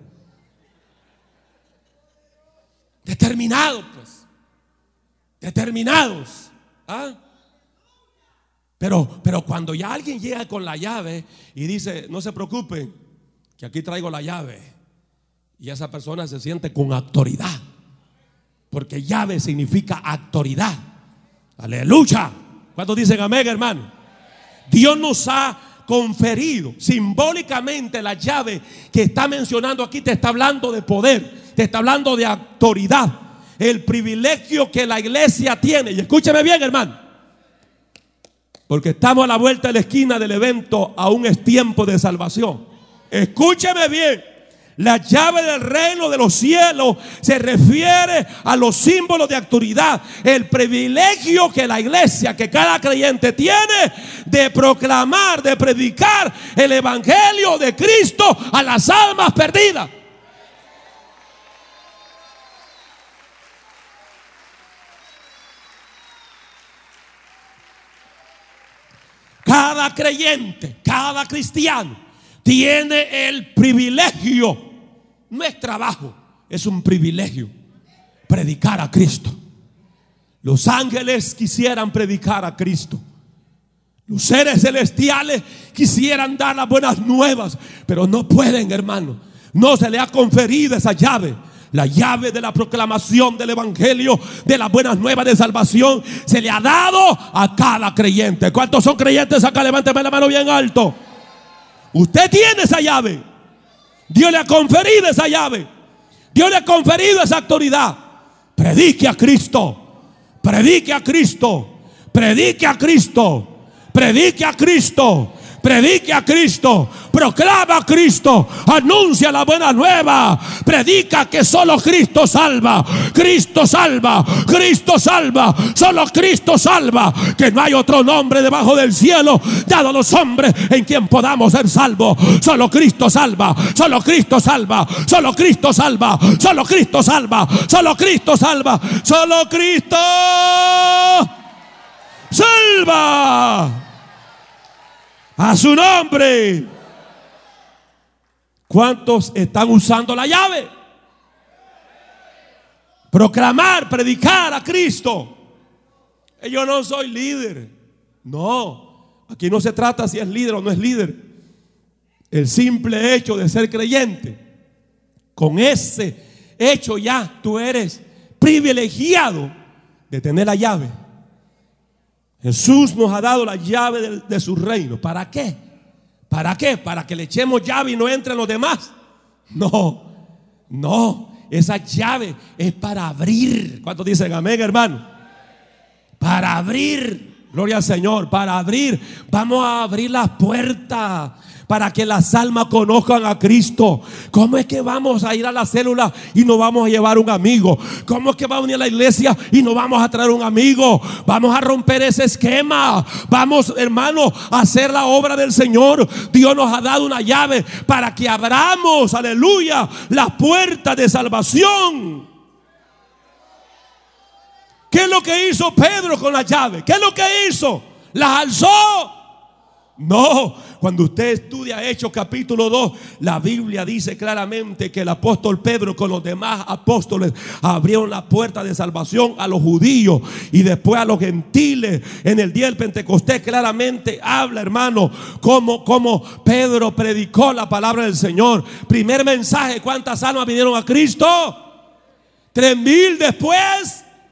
Determinados, pues. Determinados. ¿Ah? Pero, pero cuando ya alguien llega con la llave y dice, no se preocupen, que aquí traigo la llave. Y esa persona se siente con autoridad. Porque llave significa autoridad. Aleluya. ¿Cuántos dicen amén, hermano? Dios nos ha conferido simbólicamente la llave que está mencionando aquí. Te está hablando de poder, te está hablando de autoridad. El privilegio que la iglesia tiene. Y escúcheme bien, hermano, porque estamos a la vuelta de la esquina del evento. Aún es tiempo de salvación. Escúcheme bien. La llave del reino de los cielos se refiere a los símbolos de autoridad, el privilegio que la iglesia, que cada creyente tiene de proclamar, de predicar el evangelio de Cristo a las almas perdidas. Cada creyente, cada cristiano tiene el privilegio. No es trabajo, es un privilegio predicar a Cristo. Los ángeles quisieran predicar a Cristo. Los seres celestiales quisieran dar las buenas nuevas, pero no pueden, hermano. No se le ha conferido esa llave. La llave de la proclamación del evangelio, de las buenas nuevas de salvación, se le ha dado a cada creyente. ¿Cuántos son creyentes acá? Levánteme la mano bien alto. Usted tiene esa llave. Dios le ha conferido esa llave. Dios le ha conferido esa autoridad. Predique a Cristo. Predique a Cristo. Predique a Cristo. Predique a Cristo. Predique a Cristo. Proclama a Cristo. Anuncia la buena nueva. Predica que solo Cristo salva. Cristo salva. Cristo salva. Solo Cristo salva. Que no hay otro nombre debajo del cielo dado a los hombres en quien podamos ser salvos. Solo Cristo salva. Solo Cristo salva. Solo Cristo salva. Solo Cristo salva. Solo Cristo salva. Solo Cristo salva. A su nombre. ¿Cuántos están usando la llave? Proclamar, predicar a Cristo. Yo no soy líder. No, aquí no se trata si es líder o no es líder. El simple hecho de ser creyente, con ese hecho ya tú eres privilegiado de tener la llave. Jesús nos ha dado la llave de, de su reino. ¿Para qué? ¿Para qué? ¿Para que le echemos llave y no entren los demás? No, no. Esa llave es para abrir. ¿Cuántos dicen amén, hermano? Para abrir. Gloria al Señor. Para abrir. Vamos a abrir las puertas para que las almas conozcan a Cristo. ¿Cómo es que vamos a ir a la célula y no vamos a llevar un amigo? ¿Cómo es que vamos a ir a la iglesia y no vamos a traer un amigo? Vamos a romper ese esquema. Vamos, hermano, a hacer la obra del Señor. Dios nos ha dado una llave para que abramos, aleluya, las puertas de salvación. ¿Qué es lo que hizo Pedro con la llave? ¿Qué es lo que hizo? ¿Las alzó? No, cuando usted estudia Hechos capítulo dos, la Biblia dice claramente que el apóstol Pedro con los demás apóstoles abrieron la puerta de salvación a los judíos y después a los gentiles. En el día del Pentecostés claramente habla, hermano, como, como Pedro predicó la palabra del Señor. Primer mensaje, ¿cuántas almas vinieron a Cristo? Tres mil. Después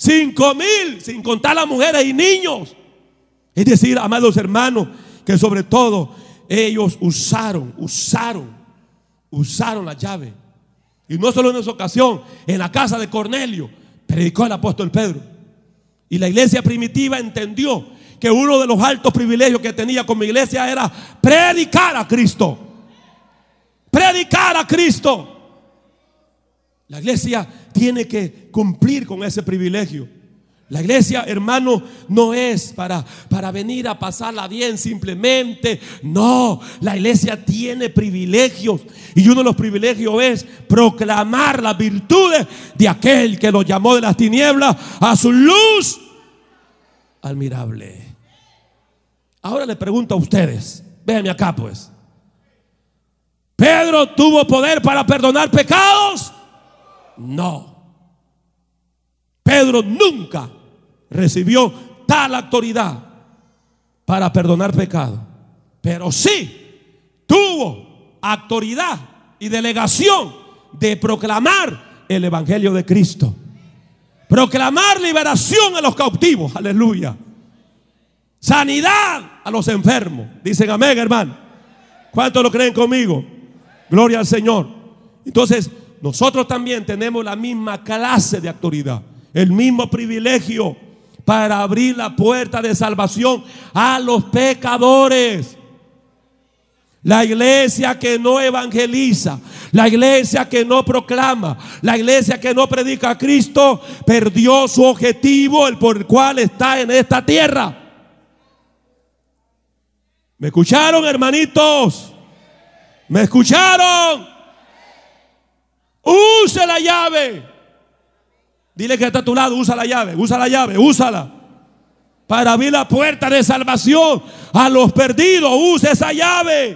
Cinco mil, sin contar las mujeres y niños. Es decir, amados hermanos, que sobre todo ellos usaron, usaron, usaron la llave. Y no solo en esa ocasión, en la casa de Cornelio predicó el apóstol Pedro. Y la iglesia primitiva entendió que uno de los altos privilegios que tenía como iglesia era predicar a Cristo. Predicar a Cristo. La iglesia tiene que cumplir con ese privilegio. La iglesia, hermano, no es para, para venir a pasarla bien simplemente. No, la iglesia tiene privilegios. Y uno de los privilegios es proclamar las virtudes de aquel que los llamó de las tinieblas a su luz admirable. Ahora le pregunto a ustedes, véanme acá pues. ¿Pedro tuvo poder para perdonar pecados? No. Pedro nunca recibió tal autoridad para perdonar pecados, pero sí tuvo autoridad y delegación de proclamar el evangelio de Cristo, proclamar liberación a los cautivos, aleluya, sanidad a los enfermos. Dicen amén, hermano. ¿Cuántos lo creen conmigo? Gloria al Señor. Entonces nosotros también tenemos la misma clase de autoridad, el mismo privilegio para abrir la puerta de salvación a los pecadores. La iglesia que no evangeliza, la iglesia que no proclama, la iglesia que no predica a Cristo, perdió su objetivo, el por el cual está en esta tierra. ¿Me escucharon, hermanitos? ¿Me escucharon? Use la llave. Dile que está a tu lado, usa la llave, usa la llave, úsala para abrir la puerta de salvación a los perdidos. Use esa llave.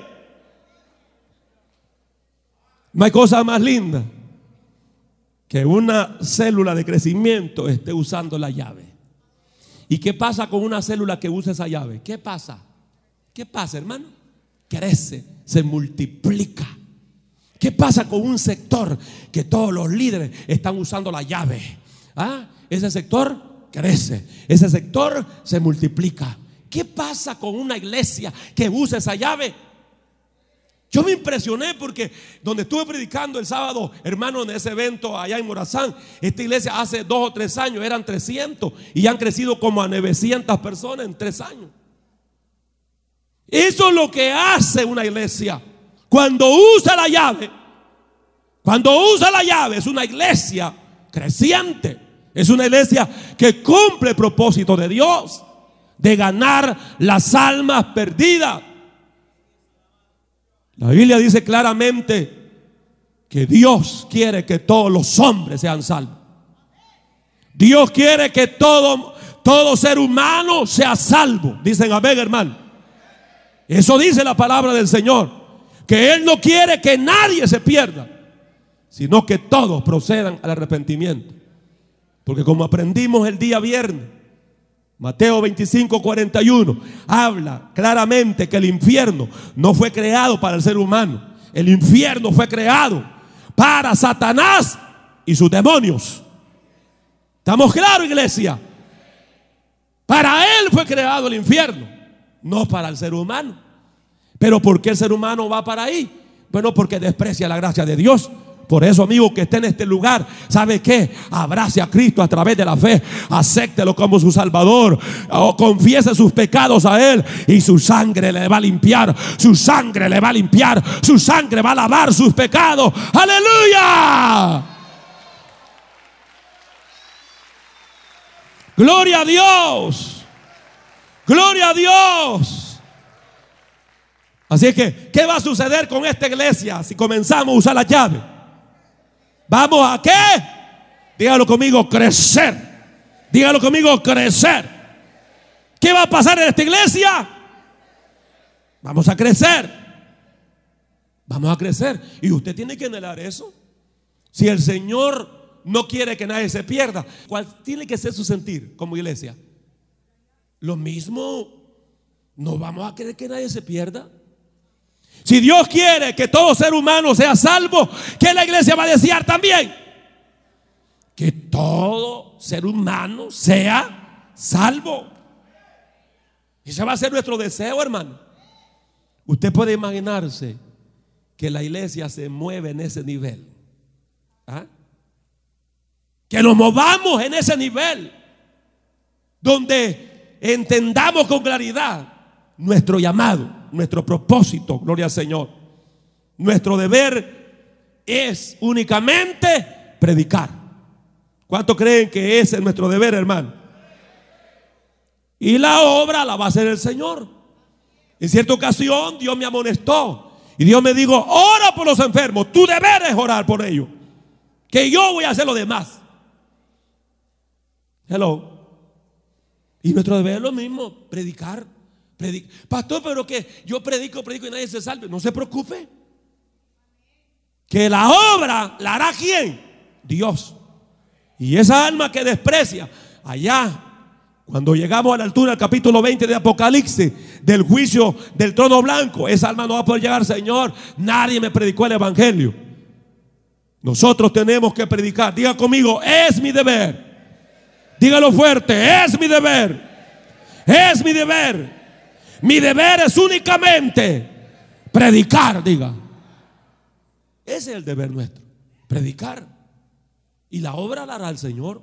No hay cosa más linda que una célula de crecimiento esté usando la llave. ¿Y qué pasa con una célula que usa esa llave? ¿Qué pasa? ¿Qué pasa, hermano? Crece, se multiplica. ¿Qué pasa con un sector que todos los líderes están usando la llave? ¿Ah? Ese sector crece, ese sector se multiplica. ¿Qué pasa con una iglesia que usa esa llave? Yo me impresioné porque donde estuve predicando el sábado, hermano, en ese evento allá en Morazán, esta iglesia hace dos o tres años eran trescientos y han crecido como a novecientas personas en tres años. Eso es lo que hace una iglesia cuando usa la llave. Cuando usa la llave es una iglesia creciente, es una iglesia que cumple el propósito de Dios de ganar las almas perdidas. La Biblia dice claramente que Dios quiere que todos los hombres sean salvos. Dios quiere que todo, todo ser humano sea salvo. Dicen amén, hermano. Eso dice la palabra del Señor, que Él no quiere que nadie se pierda, sino que todos procedan al arrepentimiento. Porque como aprendimos el día viernes, Mateo veinticinco, cuarenta y uno habla claramente que el infierno no fue creado para el ser humano. El infierno fue creado para Satanás y sus demonios. ¿Estamos claros, iglesia? Para él fue creado el infierno, no para el ser humano. Pero ¿por qué el ser humano va para ahí? Bueno, porque desprecia la gracia de Dios. Por eso, amigo, que esté en este lugar, ¿sabe qué? Abrace a Cristo a través de la fe, acéptelo como su Salvador, o confiese sus pecados a Él y su sangre le va a limpiar, su sangre le va a limpiar, su sangre va a lavar sus pecados. ¡Aleluya! ¡Gloria a Dios! ¡Gloria a Dios! Así es que, ¿qué va a suceder con esta iglesia si comenzamos a usar la llave? ¿Vamos a qué? Dígalo conmigo, crecer. Dígalo conmigo, crecer. ¿Qué va a pasar en esta iglesia? Vamos a crecer. Vamos a crecer. Y usted tiene que anhelar eso. Si el Señor no quiere que nadie se pierda, ¿cuál tiene que ser su sentir como iglesia? Lo mismo. No vamos a querer que nadie se pierda. Si Dios quiere que todo ser humano sea salvo, ¿qué la iglesia va a desear también? Que todo ser humano sea salvo. Ese va a ser nuestro deseo, hermano. Usted puede imaginarse que la iglesia se mueve en ese nivel. ¿Ah? Que nos movamos en ese nivel, donde entendamos con claridad nuestro llamado, nuestro propósito, gloria al Señor. Nuestro deber es únicamente predicar. ¿Cuántos creen que ese es nuestro deber, hermano? Y la obra la va a hacer el Señor. En cierta ocasión Dios me amonestó y Dios me dijo: ora por los enfermos, tu deber es orar por ellos, que yo voy a hacer lo demás. Hello. Y nuestro deber es lo mismo, predicar, predicar. Pastor, pero que yo predico, predico y nadie se salve. No se preocupe, que la obra la hará ¿quién? Dios. Y esa alma que desprecia, allá cuando llegamos a la altura del capítulo veinte de Apocalipsis, del juicio del trono blanco, esa alma no va a poder llegar: Señor, nadie me predicó el evangelio. Nosotros tenemos que predicar. Diga conmigo: es mi deber. Dígalo fuerte: es mi deber. Es mi deber. Mi deber es únicamente predicar. Diga. Ese es el deber nuestro, predicar. Y la obra la hará el Señor.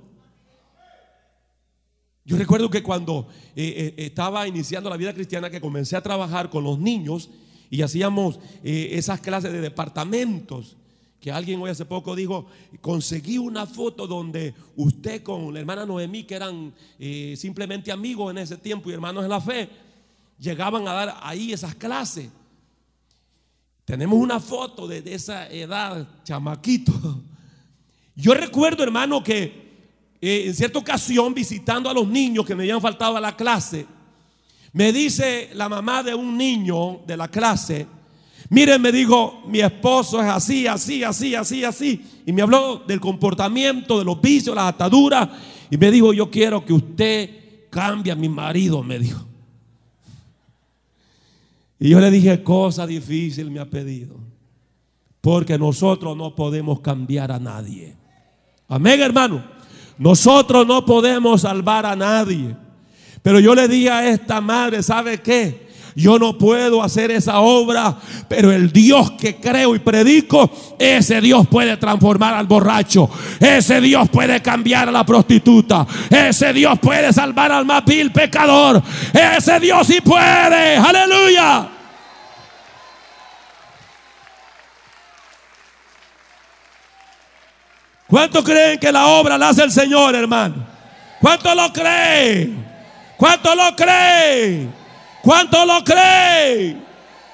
Yo recuerdo que cuando eh, eh, estaba iniciando la vida cristiana, que comencé a trabajar con los niños y hacíamos eh, esas clases de departamentos, que alguien hoy hace poco dijo: conseguí una foto donde usted con la hermana Noemí, que eran eh, simplemente amigos en ese tiempo y hermanos en la fe, llegaban a dar ahí esas clases. Tenemos una foto de, de esa edad, chamaquito. Yo recuerdo, hermano, que Eh, en cierta ocasión, visitando a los niños que me habían faltado a la clase, me dice la mamá de un niño de la clase: miren, me dijo, mi esposo es así, así, así, así, así. Y me habló del comportamiento, de los vicios, las ataduras. Y me dijo: yo quiero que usted cambie a mi marido, me dijo. Y yo le dije: cosa difícil me ha pedido, porque nosotros no podemos cambiar a nadie. Amén, hermano. Nosotros no podemos salvar a nadie. Pero yo le dije a esta madre: ¿sabe qué? Yo no puedo hacer esa obra, pero el Dios que creo y predico, ese Dios puede transformar al borracho, ese Dios puede cambiar a la prostituta, ese Dios puede salvar al más vil pecador, ese Dios sí puede. Aleluya. ¿Cuántos creen que la obra la hace el Señor, hermano? ¿Cuántos lo creen? ¿Cuántos lo creen? ¿Cuántos lo creen?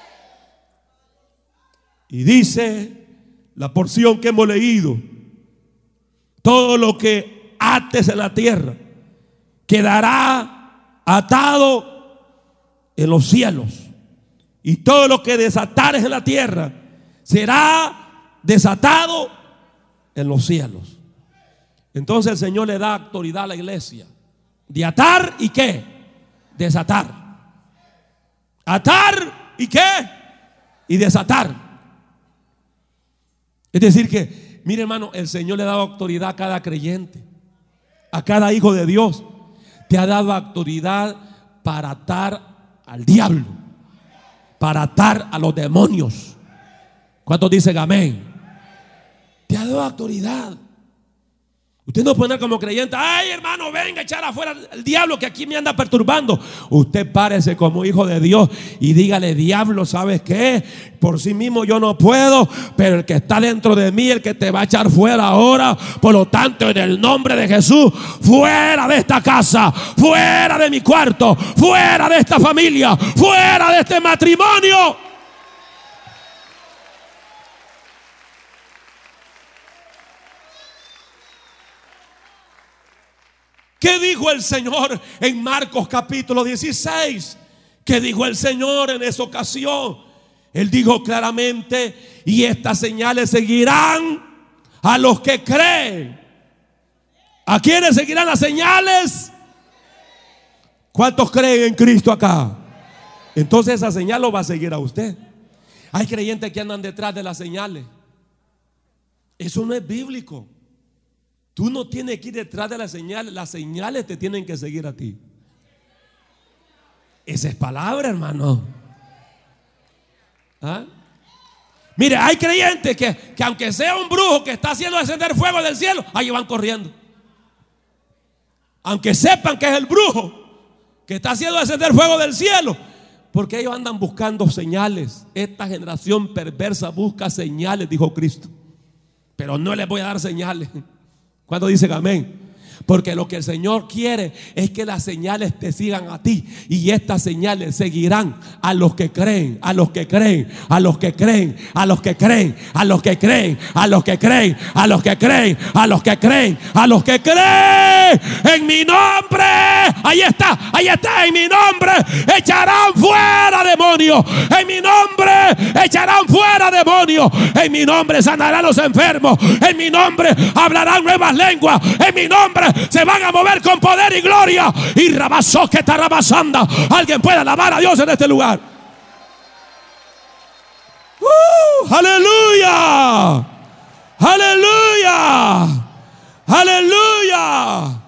Y dice la porción que hemos leído: todo lo que ates en la tierra quedará atado en los cielos, y todo lo que desatares en la tierra será desatado en los cielos. Entonces el Señor le da autoridad a la iglesia de atar y qué, desatar. Atar y qué, y desatar. Es decir que, mire, hermano, el Señor le ha dado autoridad a cada creyente, a cada hijo de Dios. Te ha dado autoridad para atar al diablo, para atar a los demonios. ¿Cuántos dicen amén? Te ha dado autoridad. Usted no puede andar como creyente: ay, hermano, venga a echar afuera el diablo que aquí me anda perturbando. Usted párese como hijo de Dios y dígale: diablo, ¿sabes qué? Por sí mismo yo no puedo, pero el que está dentro de mí, el que te va a echar fuera ahora. Por lo tanto, en el nombre de Jesús, fuera de esta casa, fuera de mi cuarto, fuera de esta familia, fuera de este matrimonio. ¿Qué dijo el Señor en Marcos capítulo dieciséis? ¿Qué dijo el Señor en esa ocasión? Él dijo claramente: y estas señales seguirán a los que creen. ¿A quiénes seguirán las señales? ¿Cuántos creen en Cristo acá? Entonces esa señal lo va a seguir a usted. Hay creyentes que andan detrás de las señales. Eso no es bíblico. Tú no tienes que ir detrás de las señales, las señales te tienen que seguir a ti. Esa es palabra, hermano. ¿Ah? Mire, hay creyentes que, que aunque sea un brujo que está haciendo descender fuego del cielo, ahí van corriendo. Aunque sepan que es el brujo que está haciendo descender fuego del cielo, porque ellos andan buscando señales. Esta generación perversa busca señales, dijo Cristo. Pero no les voy a dar señales. ¿Cuándo dicen amén? Porque lo que el Señor quiere es que las señales te sigan a ti. Y estas señales seguirán a los que creen, a los que creen, a los que creen, a los que creen, a los que creen, a los que creen, a los que creen, a los que creen, a los que creen en mi nombre. Ahí está, ahí está, en mi nombre echarán fuera demonios. En mi nombre echarán fuera demonios. En mi nombre sanarán a los enfermos. En mi nombre hablarán nuevas lenguas. En mi nombre se van a mover con poder y gloria. Y rabasó que está rabasando. Alguien puede alabar a Dios en este lugar. ¡Uh! ¡Aleluya! ¡Aleluya! ¡Aleluya!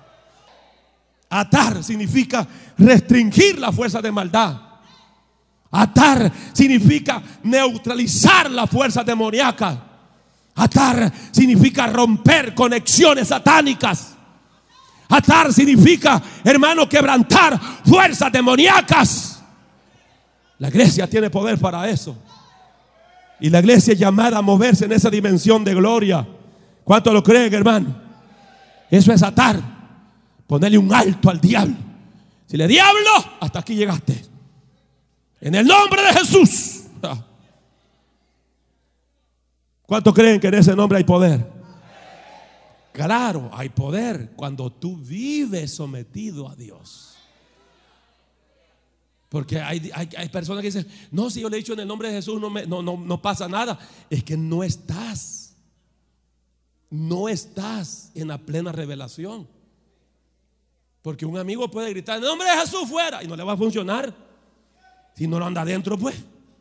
Atar significa restringir la fuerza de maldad. Atar significa neutralizar la fuerza demoníaca. Atar significa romper conexiones satánicas. Atar significa, hermano, quebrantar fuerzas demoníacas. La iglesia tiene poder para eso. Y la iglesia es llamada a moverse en esa dimensión de gloria. ¿Cuántos lo creen, hermano? Eso es atar. Ponerle un alto al diablo. Si le diablo, hasta aquí llegaste. En el nombre de Jesús. ¿Cuántos creen que en ese nombre hay poder? Claro, hay poder cuando tú vives sometido a Dios. Porque hay, hay, hay personas que dicen: no, si yo le he dicho en el nombre de Jesús no, me, no, no, no pasa nada. Es que no estás No estás en la plena revelación. Porque un amigo puede gritar: en el nombre de Jesús, fuera, y no le va a funcionar si no lo anda adentro, pues.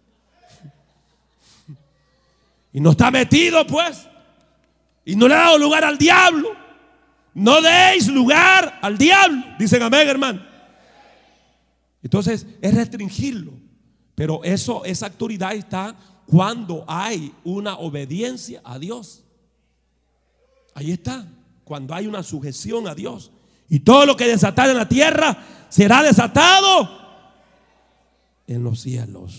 Y no está metido, pues. Y no le ha dado lugar al diablo. No deis lugar al diablo. Dicen amén, hermano. Entonces es restringirlo. Pero eso, esa autoridad está cuando hay una obediencia a Dios. Ahí está. Cuando hay una sujeción a Dios. Y todo lo que desatar en la tierra será desatado en los cielos.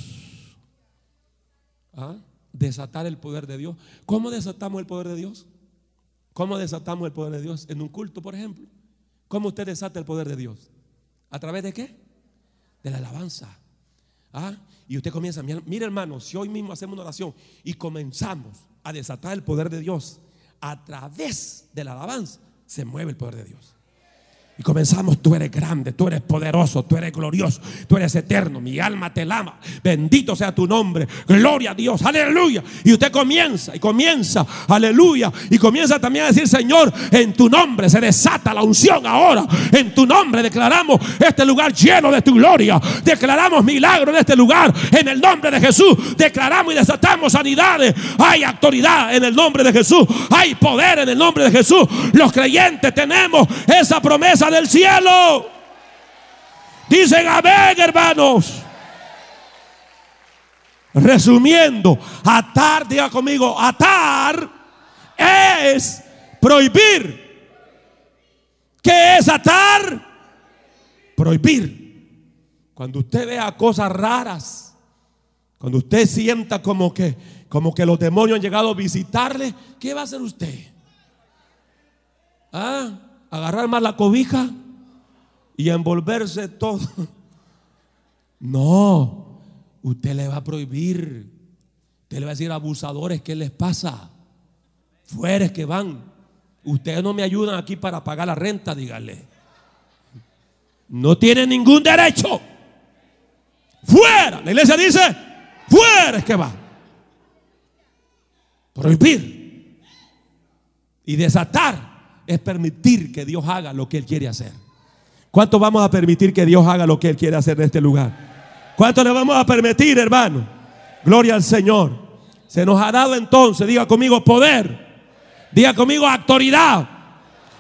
¿Ah? Desatar el poder de Dios. ¿Cómo desatamos el poder de Dios? ¿Cómo desatamos el poder de Dios? En un culto, por ejemplo. ¿Cómo usted desata el poder de Dios? ¿A través de qué? De la alabanza. ¿Ah? Y usted comienza: mira, hermano, si hoy mismo hacemos una oración y comenzamos a desatar el poder de Dios a través de la alabanza, se mueve el poder de Dios. Y comenzamos: tú eres grande, tú eres poderoso, tú eres glorioso, tú eres eterno, mi alma te ama, bendito sea tu nombre, gloria a Dios, aleluya. Y usted comienza y comienza, aleluya, y comienza también a decir: Señor, en tu nombre se desata la unción ahora. En tu nombre declaramos este lugar lleno de tu gloria. Declaramos milagros en este lugar, en el nombre de Jesús. Declaramos y desatamos sanidades. Hay autoridad en el nombre de Jesús, hay poder en el nombre de Jesús. Los creyentes tenemos esa promesa del cielo. Dicen amén, hermanos. Resumiendo, atar, diga conmigo, atar es prohibir. ¿Qué es atar? Prohibir. Cuando usted vea cosas raras, cuando usted sienta como que, como que los demonios han llegado a visitarle, ¿qué va a hacer usted? ¿Ah? Agarrar más la cobija y envolverse todo. No, usted le va a prohibir. Usted le va a decir: abusadores, ¿qué les pasa? Fueres que van. Ustedes no me ayudan aquí para pagar la renta, díganle. No tienen ningún derecho. Fuera. La iglesia dice: fuera es que va. Prohibir y desatar es permitir que Dios haga lo que Él quiere hacer. ¿Cuánto vamos a permitir que Dios haga lo que Él quiere hacer en este lugar? ¿Cuánto le vamos a permitir, hermano? Gloria al Señor. Se nos ha dado entonces, diga conmigo, poder. Diga conmigo, autoridad.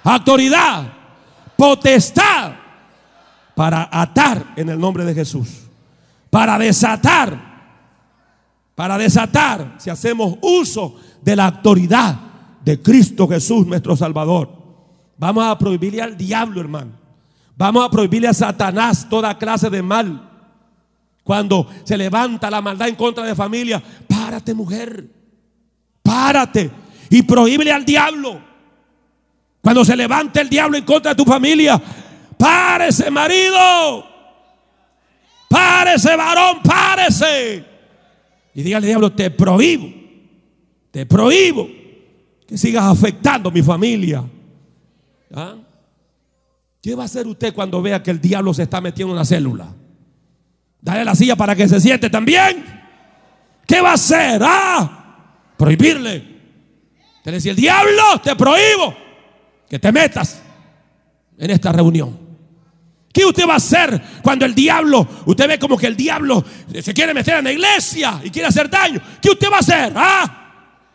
autoridad, potestad para atar en el nombre de Jesús, para desatar, para desatar, si hacemos uso de la autoridad de Cristo Jesús, nuestro Salvador. Vamos a prohibirle al diablo, hermano. Vamos a prohibirle a Satanás toda clase de mal. Cuando se levanta la maldad en contra de familia, párate, mujer, párate y prohíbele al diablo. Cuando se levante el diablo en contra de tu familia, párese, marido, párese, varón, párese. Y dígale, diablo, te prohíbo, te prohíbo que sigas afectando a mi familia. ¿Ah? ¿Qué va a hacer usted cuando vea que el diablo se está metiendo en la célula? Dale la silla para que se siente también. ¿Qué va a hacer? Ah, prohibirle. Te decía el diablo, te prohíbo que te metas en esta reunión. ¿Qué usted va a hacer cuando el diablo, usted ve como que el diablo se quiere meter en la iglesia y quiere hacer daño? ¿Qué usted va a hacer? ¿Ah?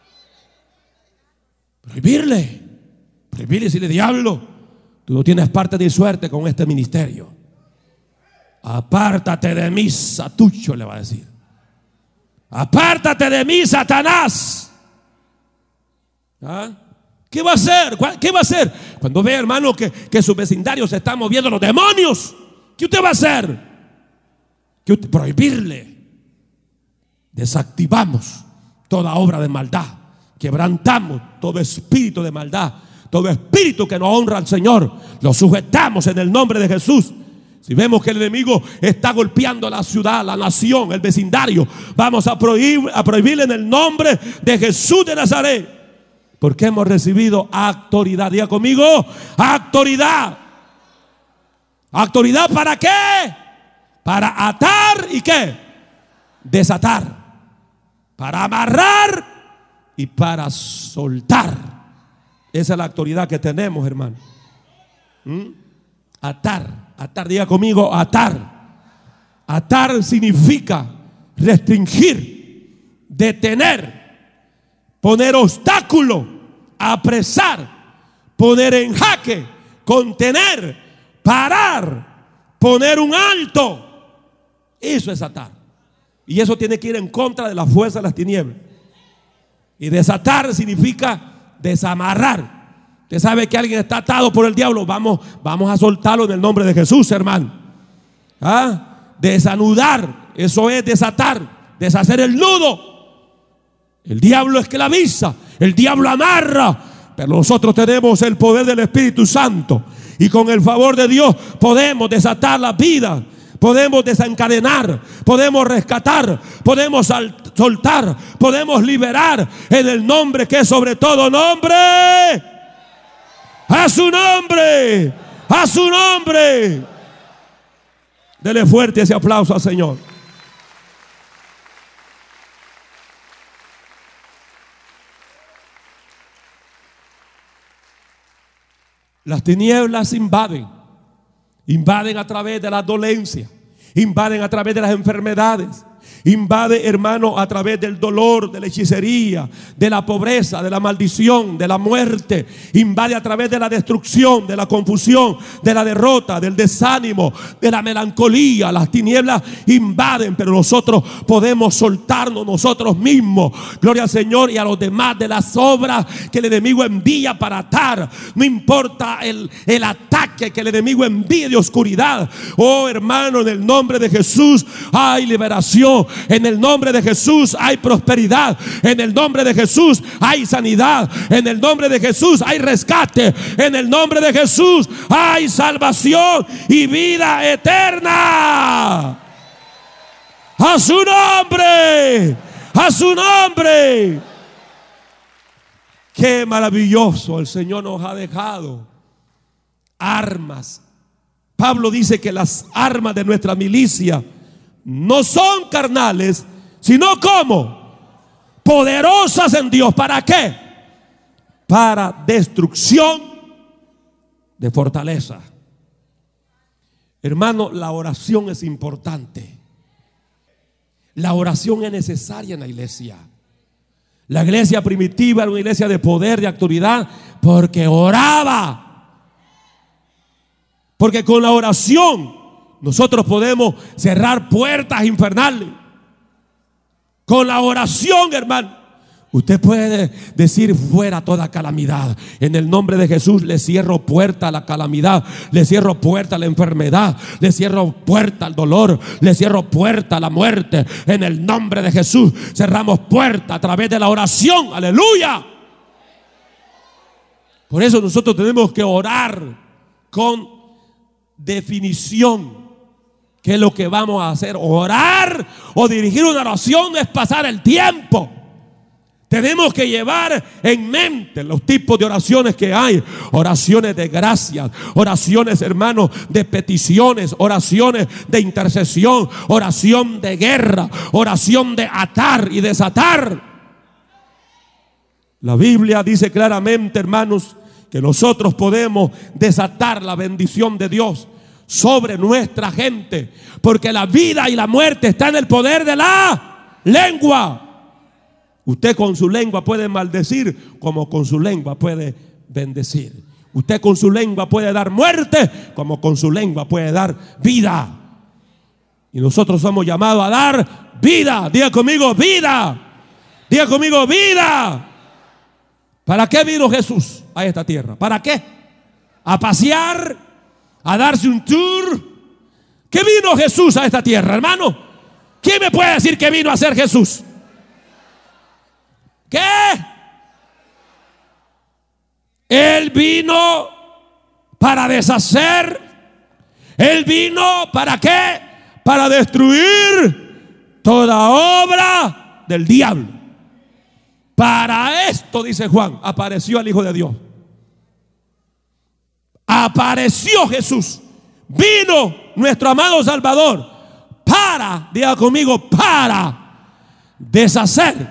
Prohibirle. Prohibirle y decirle, diablo, tú no tienes parte de suerte con este ministerio. Apártate de mí, Satucho, le va a decir. Apártate de mí, Satanás. ¿Ah? ¿Qué va a hacer? ¿Qué va a hacer? Cuando ve, hermano, que, que su vecindario se están moviendo los demonios, ¿qué usted va a hacer? ¿Qué usted? Prohibirle. Desactivamos toda obra de maldad. Quebrantamos todo espíritu de maldad. Todo espíritu que no honra al Señor, lo sujetamos en el nombre de Jesús. Si vemos que el enemigo está golpeando la ciudad, la nación, el vecindario, vamos a prohibir, a prohibirle en el nombre de Jesús de Nazaret. Porque hemos recibido autoridad. Diga conmigo, autoridad. ¿Autoridad para qué? Para atar y qué? Desatar. Para amarrar y para soltar. Esa es la autoridad que tenemos, hermano. ¿Mm? Atar. Atar, diga conmigo, atar. Atar significa restringir, detener, poner obstáculo, apresar, poner en jaque, contener, parar, poner un alto. Eso es atar. Y eso tiene que ir en contra de la fuerza de las tinieblas. Y desatar significa desamarrar. Usted sabe que alguien está atado por el diablo. Vamos, vamos a soltarlo en el nombre de Jesús, hermano. ¿Ah? Desanudar, eso es desatar, deshacer el nudo. El diablo esclaviza, el diablo amarra, pero nosotros tenemos el poder del Espíritu Santo y con el favor de Dios podemos desatar la vida. Podemos desencadenar, podemos rescatar, podemos soltar, podemos liberar en el nombre que es sobre todo nombre. A su nombre, a su nombre. Dele fuerte ese aplauso al Señor. Las tinieblas invaden, invaden a través de la dolencia, invaden a través de las enfermedades, invade, hermano, a través del dolor, de la hechicería, de la pobreza, de la maldición, de la muerte. Invade a través de la destrucción, de la confusión, de la derrota, del desánimo, de la melancolía. Las tinieblas invaden, pero nosotros podemos soltarnos nosotros mismos, gloria al Señor, y a los demás de las obras que el enemigo envía para atar. No importa el, el ataque que el enemigo envíe de oscuridad. Oh, hermano, en el nombre de Jesús hay liberación. En el nombre de Jesús hay prosperidad. En el nombre de Jesús hay sanidad. En el nombre de Jesús hay rescate. En el nombre de Jesús hay salvación y vida eterna. A su nombre, a su nombre. Qué maravilloso, el Señor nos ha dejado armas. Pablo dice que las armas de nuestra milicia no son carnales, sino como poderosas en Dios. ¿Para qué? Para destrucción de fortaleza. Hermano, la oración es importante. La oración es necesaria en la iglesia. La iglesia primitiva era una iglesia de poder, de autoridad, porque oraba. Porque con la oración nosotros podemos cerrar puertas infernales. Con la oración, hermano, usted puede decir: fuera toda calamidad. En el nombre de Jesús le cierro puerta a la calamidad, le cierro puerta a la enfermedad, le cierro puerta al dolor, le cierro puerta a la muerte. En el nombre de Jesús cerramos puerta a través de la oración. Aleluya. Por eso nosotros tenemos que orar con definición. ¿Qué es lo que vamos a hacer? Orar o dirigir una oración no es pasar el tiempo. Tenemos que llevar en mente los tipos de oraciones que hay. Oraciones de gracias, oraciones, hermanos, de peticiones, oraciones de intercesión, oración de guerra, oración de atar y desatar. La Biblia dice claramente, hermanos, que nosotros podemos desatar la bendición de Dios sobre nuestra gente, porque la vida y la muerte está en el poder de la lengua. Usted con su lengua puede maldecir, como con su lengua puede bendecir. Usted con su lengua puede dar muerte, como con su lengua puede dar vida. Y nosotros somos llamados a dar vida. Diga conmigo: vida. Diga conmigo: vida. ¿Para qué vino Jesús a esta tierra? ¿Para qué? ¿A pasear? ¿A darse un tour? ¿Qué vino Jesús a esta tierra, hermano? ¿Quién me puede decir qué vino a hacer Jesús? ¿Qué? Él vino para deshacer. Él vino ¿para qué? Para destruir toda obra del diablo. Para esto, dice Juan, apareció el Hijo de Dios. Apareció Jesús. Vino nuestro amado Salvador para, diga conmigo, para deshacer,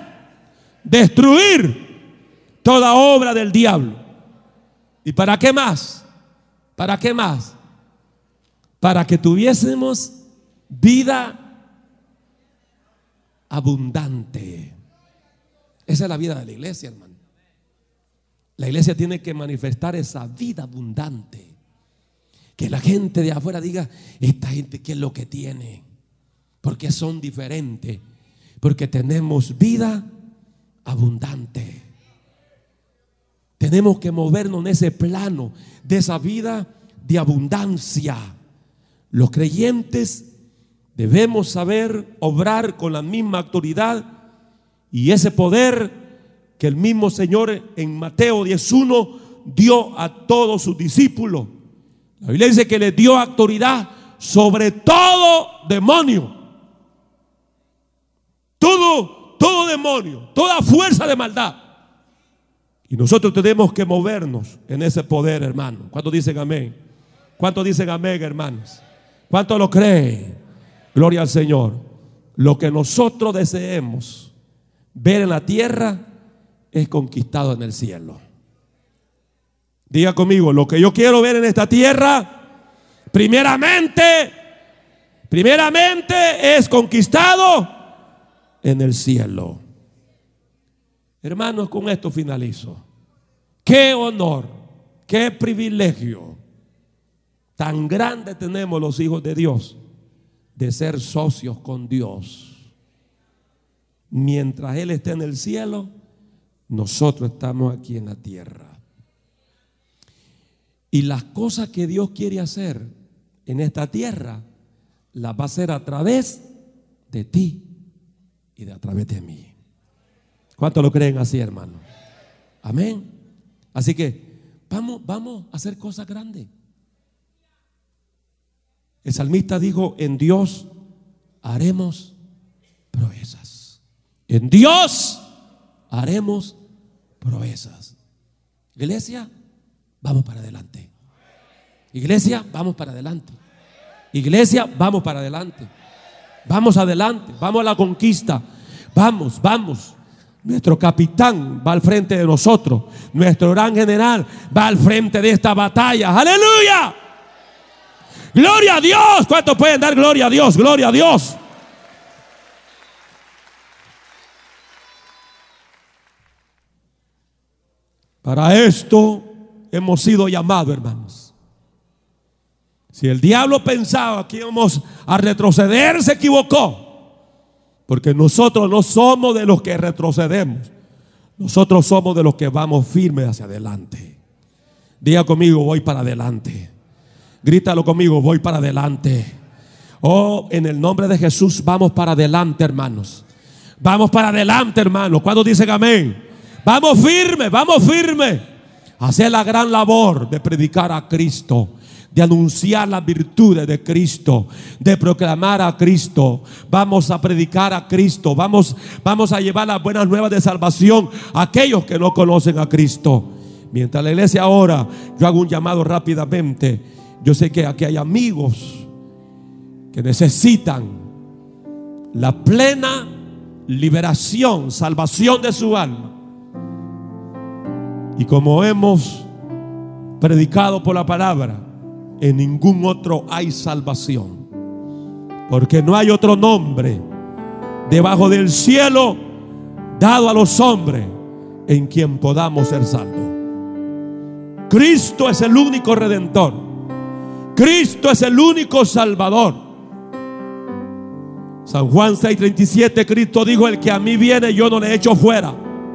destruir toda obra del diablo. ¿Y para qué más? ¿Para qué más? Para que tuviésemos vida abundante. Esa es la vida de la iglesia, hermano. La iglesia tiene que manifestar esa vida abundante. Que la gente de afuera diga: esta gente, ¿qué es lo que tiene? Porque son diferentes. Porque tenemos vida abundante. Tenemos que movernos en ese plano de esa vida de abundancia. Los creyentes debemos saber obrar con la misma autoridad y ese poder que el mismo Señor en Mateo diez uno dio a todos sus discípulos. La Biblia dice que les dio autoridad sobre todo demonio. Todo, todo demonio, toda fuerza de maldad. Y nosotros tenemos que movernos en ese poder, hermano. ¿Cuántos dicen amén? ¿Cuántos dicen amén, hermanos? ¿Cuántos lo creen? Gloria al Señor. Lo que nosotros deseemos ver en la tierra es conquistado en el cielo. Diga conmigo: lo que yo quiero ver en esta tierra, primeramente, primeramente es conquistado en el cielo. Hermanos, con esto finalizo. Qué honor, qué privilegio tan grande tenemos los hijos de Dios de ser socios con Dios. Mientras Él esté en el cielo, nosotros estamos aquí en la tierra. Y las cosas que Dios quiere hacer en esta tierra las va a hacer a través de ti y de a través de mí. ¿Cuántos lo creen así, hermano? Amén. Así que vamos, vamos a hacer cosas grandes. El salmista dijo: en Dios haremos proezas. En Dios haremos proezas. Iglesia, vamos para adelante. Iglesia, vamos para adelante. Iglesia, vamos para adelante. Vamos adelante, vamos a la conquista. Vamos, vamos. Nuestro capitán va al frente de nosotros. Nuestro gran general va al frente de esta batalla. ¡Aleluya! ¡Gloria a Dios! ¿Cuántos pueden dar gloria a Dios? ¡Gloria a Dios! Para esto hemos sido llamados, hermanos. Si el diablo pensaba que íbamos a retroceder, se equivocó. Porque nosotros no somos de los que retrocedemos. Nosotros somos de los que vamos firmes hacia adelante. Diga conmigo, voy para adelante. Grítalo conmigo, voy para adelante. Oh, en el nombre de Jesús, vamos para adelante, hermanos. Vamos para adelante, hermanos. ¿Cuántos dicen amén? Vamos firme, vamos firme. Hacer la gran labor de predicar a Cristo, de anunciar las virtudes de Cristo, de proclamar a Cristo. Vamos a predicar a Cristo. Vamos, vamos a llevar las buenas nuevas de salvación a aquellos que no conocen a Cristo. Mientras la iglesia ora, yo hago un llamado rápidamente. Yo sé que aquí hay amigos que necesitan la plena liberación, salvación de su alma. Y como hemos predicado por la palabra, en ningún otro hay salvación, porque no hay otro nombre debajo del cielo dado a los hombres en quien podamos ser salvos. Cristo es el único redentor. Cristo es el único salvador. San Juan seis treinta y siete, Cristo dijo: el que a mí viene, yo no le echo fuera.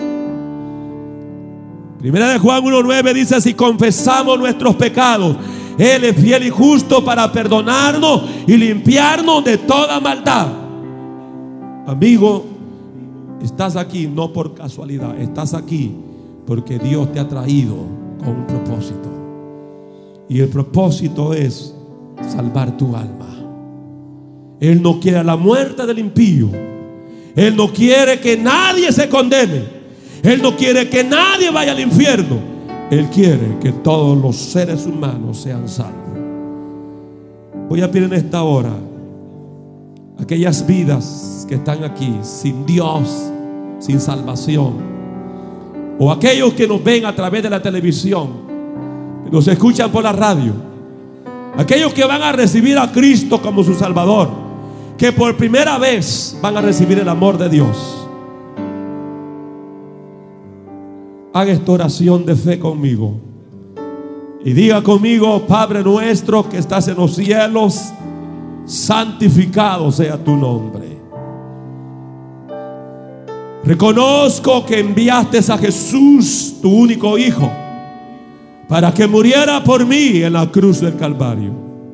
Primera de Juan uno nueve dice: si confesamos nuestros pecados, Él es fiel y justo para perdonarnos y limpiarnos de toda maldad. Amigo, estás aquí no por casualidad. Estás aquí porque Dios te ha traído con un propósito. Y el propósito es salvar tu alma. Él no quiere la muerte del impío. Él no quiere que nadie se condene. Él no quiere que nadie vaya al infierno. Él quiere que todos los seres humanos sean salvos. Voy a pedir en esta hora aquellas vidas que están aquí sin Dios, sin salvación, o aquellos que nos ven a través de la televisión, que nos escuchan por la radio, aquellos que van a recibir a Cristo como su Salvador, que por primera vez van a recibir el amor de Dios. Haga esta oración de fe conmigo y diga conmigo: Padre nuestro que estás en los cielos, santificado sea tu nombre. Reconozco que enviaste a Jesús, tu único Hijo, para que muriera por mí en la cruz del Calvario.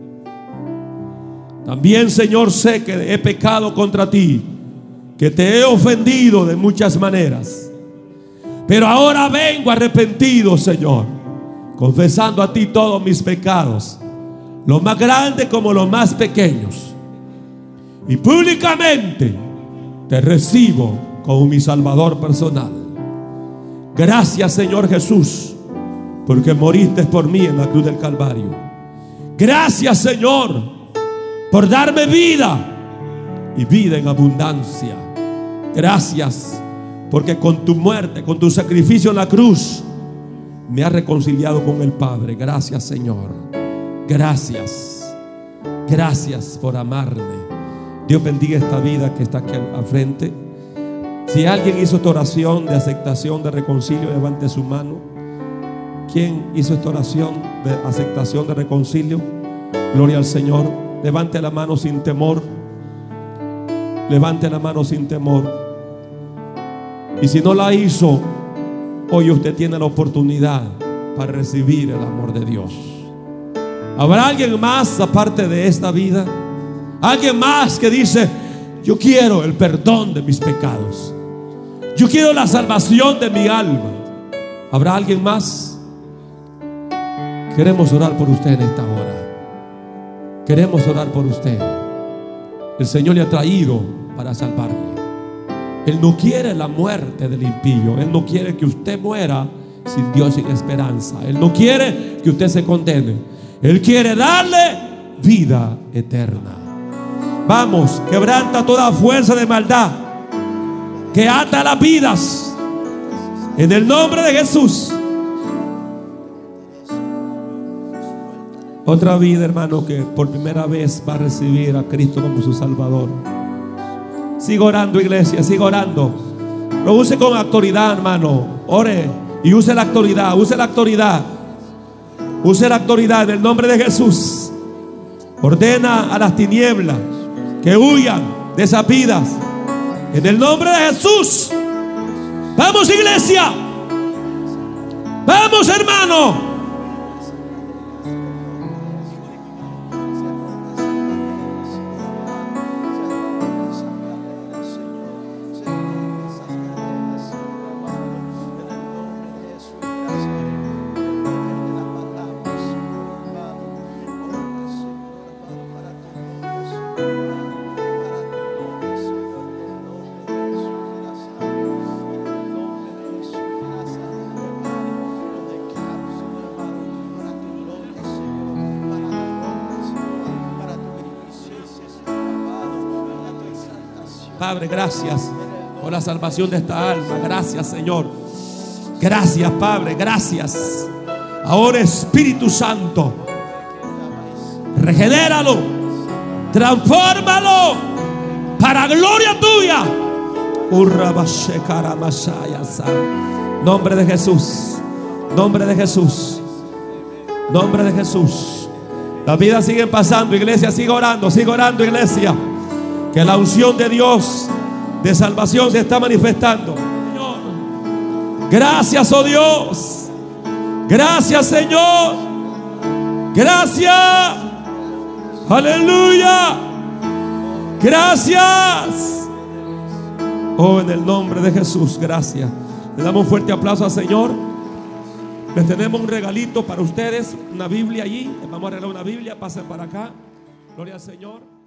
También, Señor, sé que he pecado contra ti, que te he ofendido de muchas maneras. Pero ahora vengo arrepentido, Señor, confesando a ti todos mis pecados, los más grandes como los más pequeños. Y públicamente te recibo como mi Salvador personal. Gracias, Señor Jesús, porque moriste por mí en la cruz del Calvario. Gracias, Señor, por darme vida y vida en abundancia. Gracias porque con tu muerte, con tu sacrificio en la cruz, me has reconciliado con el Padre. Gracias, Señor. Gracias. Gracias por amarme. Dios bendiga esta vida que está aquí al frente. Si alguien hizo esta oración de aceptación, de reconcilio, levante su mano. ¿Quién hizo esta oración de aceptación, de reconcilio? Gloria al Señor. Levante la mano sin temor. Levante la mano sin temor. Y si no la hizo, hoy usted tiene la oportunidad para recibir el amor de Dios. ¿Habrá alguien más aparte de esta vida? Alguien más que dice: yo quiero el perdón de mis pecados, yo quiero la salvación de mi alma. ¿Habrá alguien más? Queremos orar por usted en esta hora. Queremos orar por usted. El Señor le ha traído para salvarle. Él no quiere la muerte del impío. Él no quiere que usted muera sin Dios, sin esperanza. Él no quiere que usted se condene. Él quiere darle vida eterna. Vamos, quebranta toda fuerza de maldad que ata las vidas en el nombre de Jesús. Otra vida, hermano, que por primera vez va a recibir a Cristo como su Salvador. Siga orando, iglesia, siga orando. Lo use con autoridad, hermano. Ore y use la autoridad, use la autoridad. Use la autoridad en el nombre de Jesús. Ordena a las tinieblas que huyan de esas vidas. En el nombre de Jesús. Vamos, iglesia. Vamos, hermano. Padre, gracias por la salvación de esta alma. Gracias, Señor. Gracias, Padre, gracias. Ahora, Espíritu Santo, regenéralo, transfórmalo para gloria tuya. Nombre de Jesús, nombre de Jesús, nombre de Jesús. Las vidas siguen pasando, iglesia. Sigue orando, sigue orando, iglesia. Que la unción de Dios de salvación se está manifestando. Señor, gracias, oh Dios. Gracias, Señor. Gracias. Aleluya. Gracias. Oh, en el nombre de Jesús, gracias. Le damos un fuerte aplauso al Señor. Les tenemos un regalito para ustedes, una Biblia allí. Les vamos a regalar una Biblia. Pasen para acá. Gloria al Señor.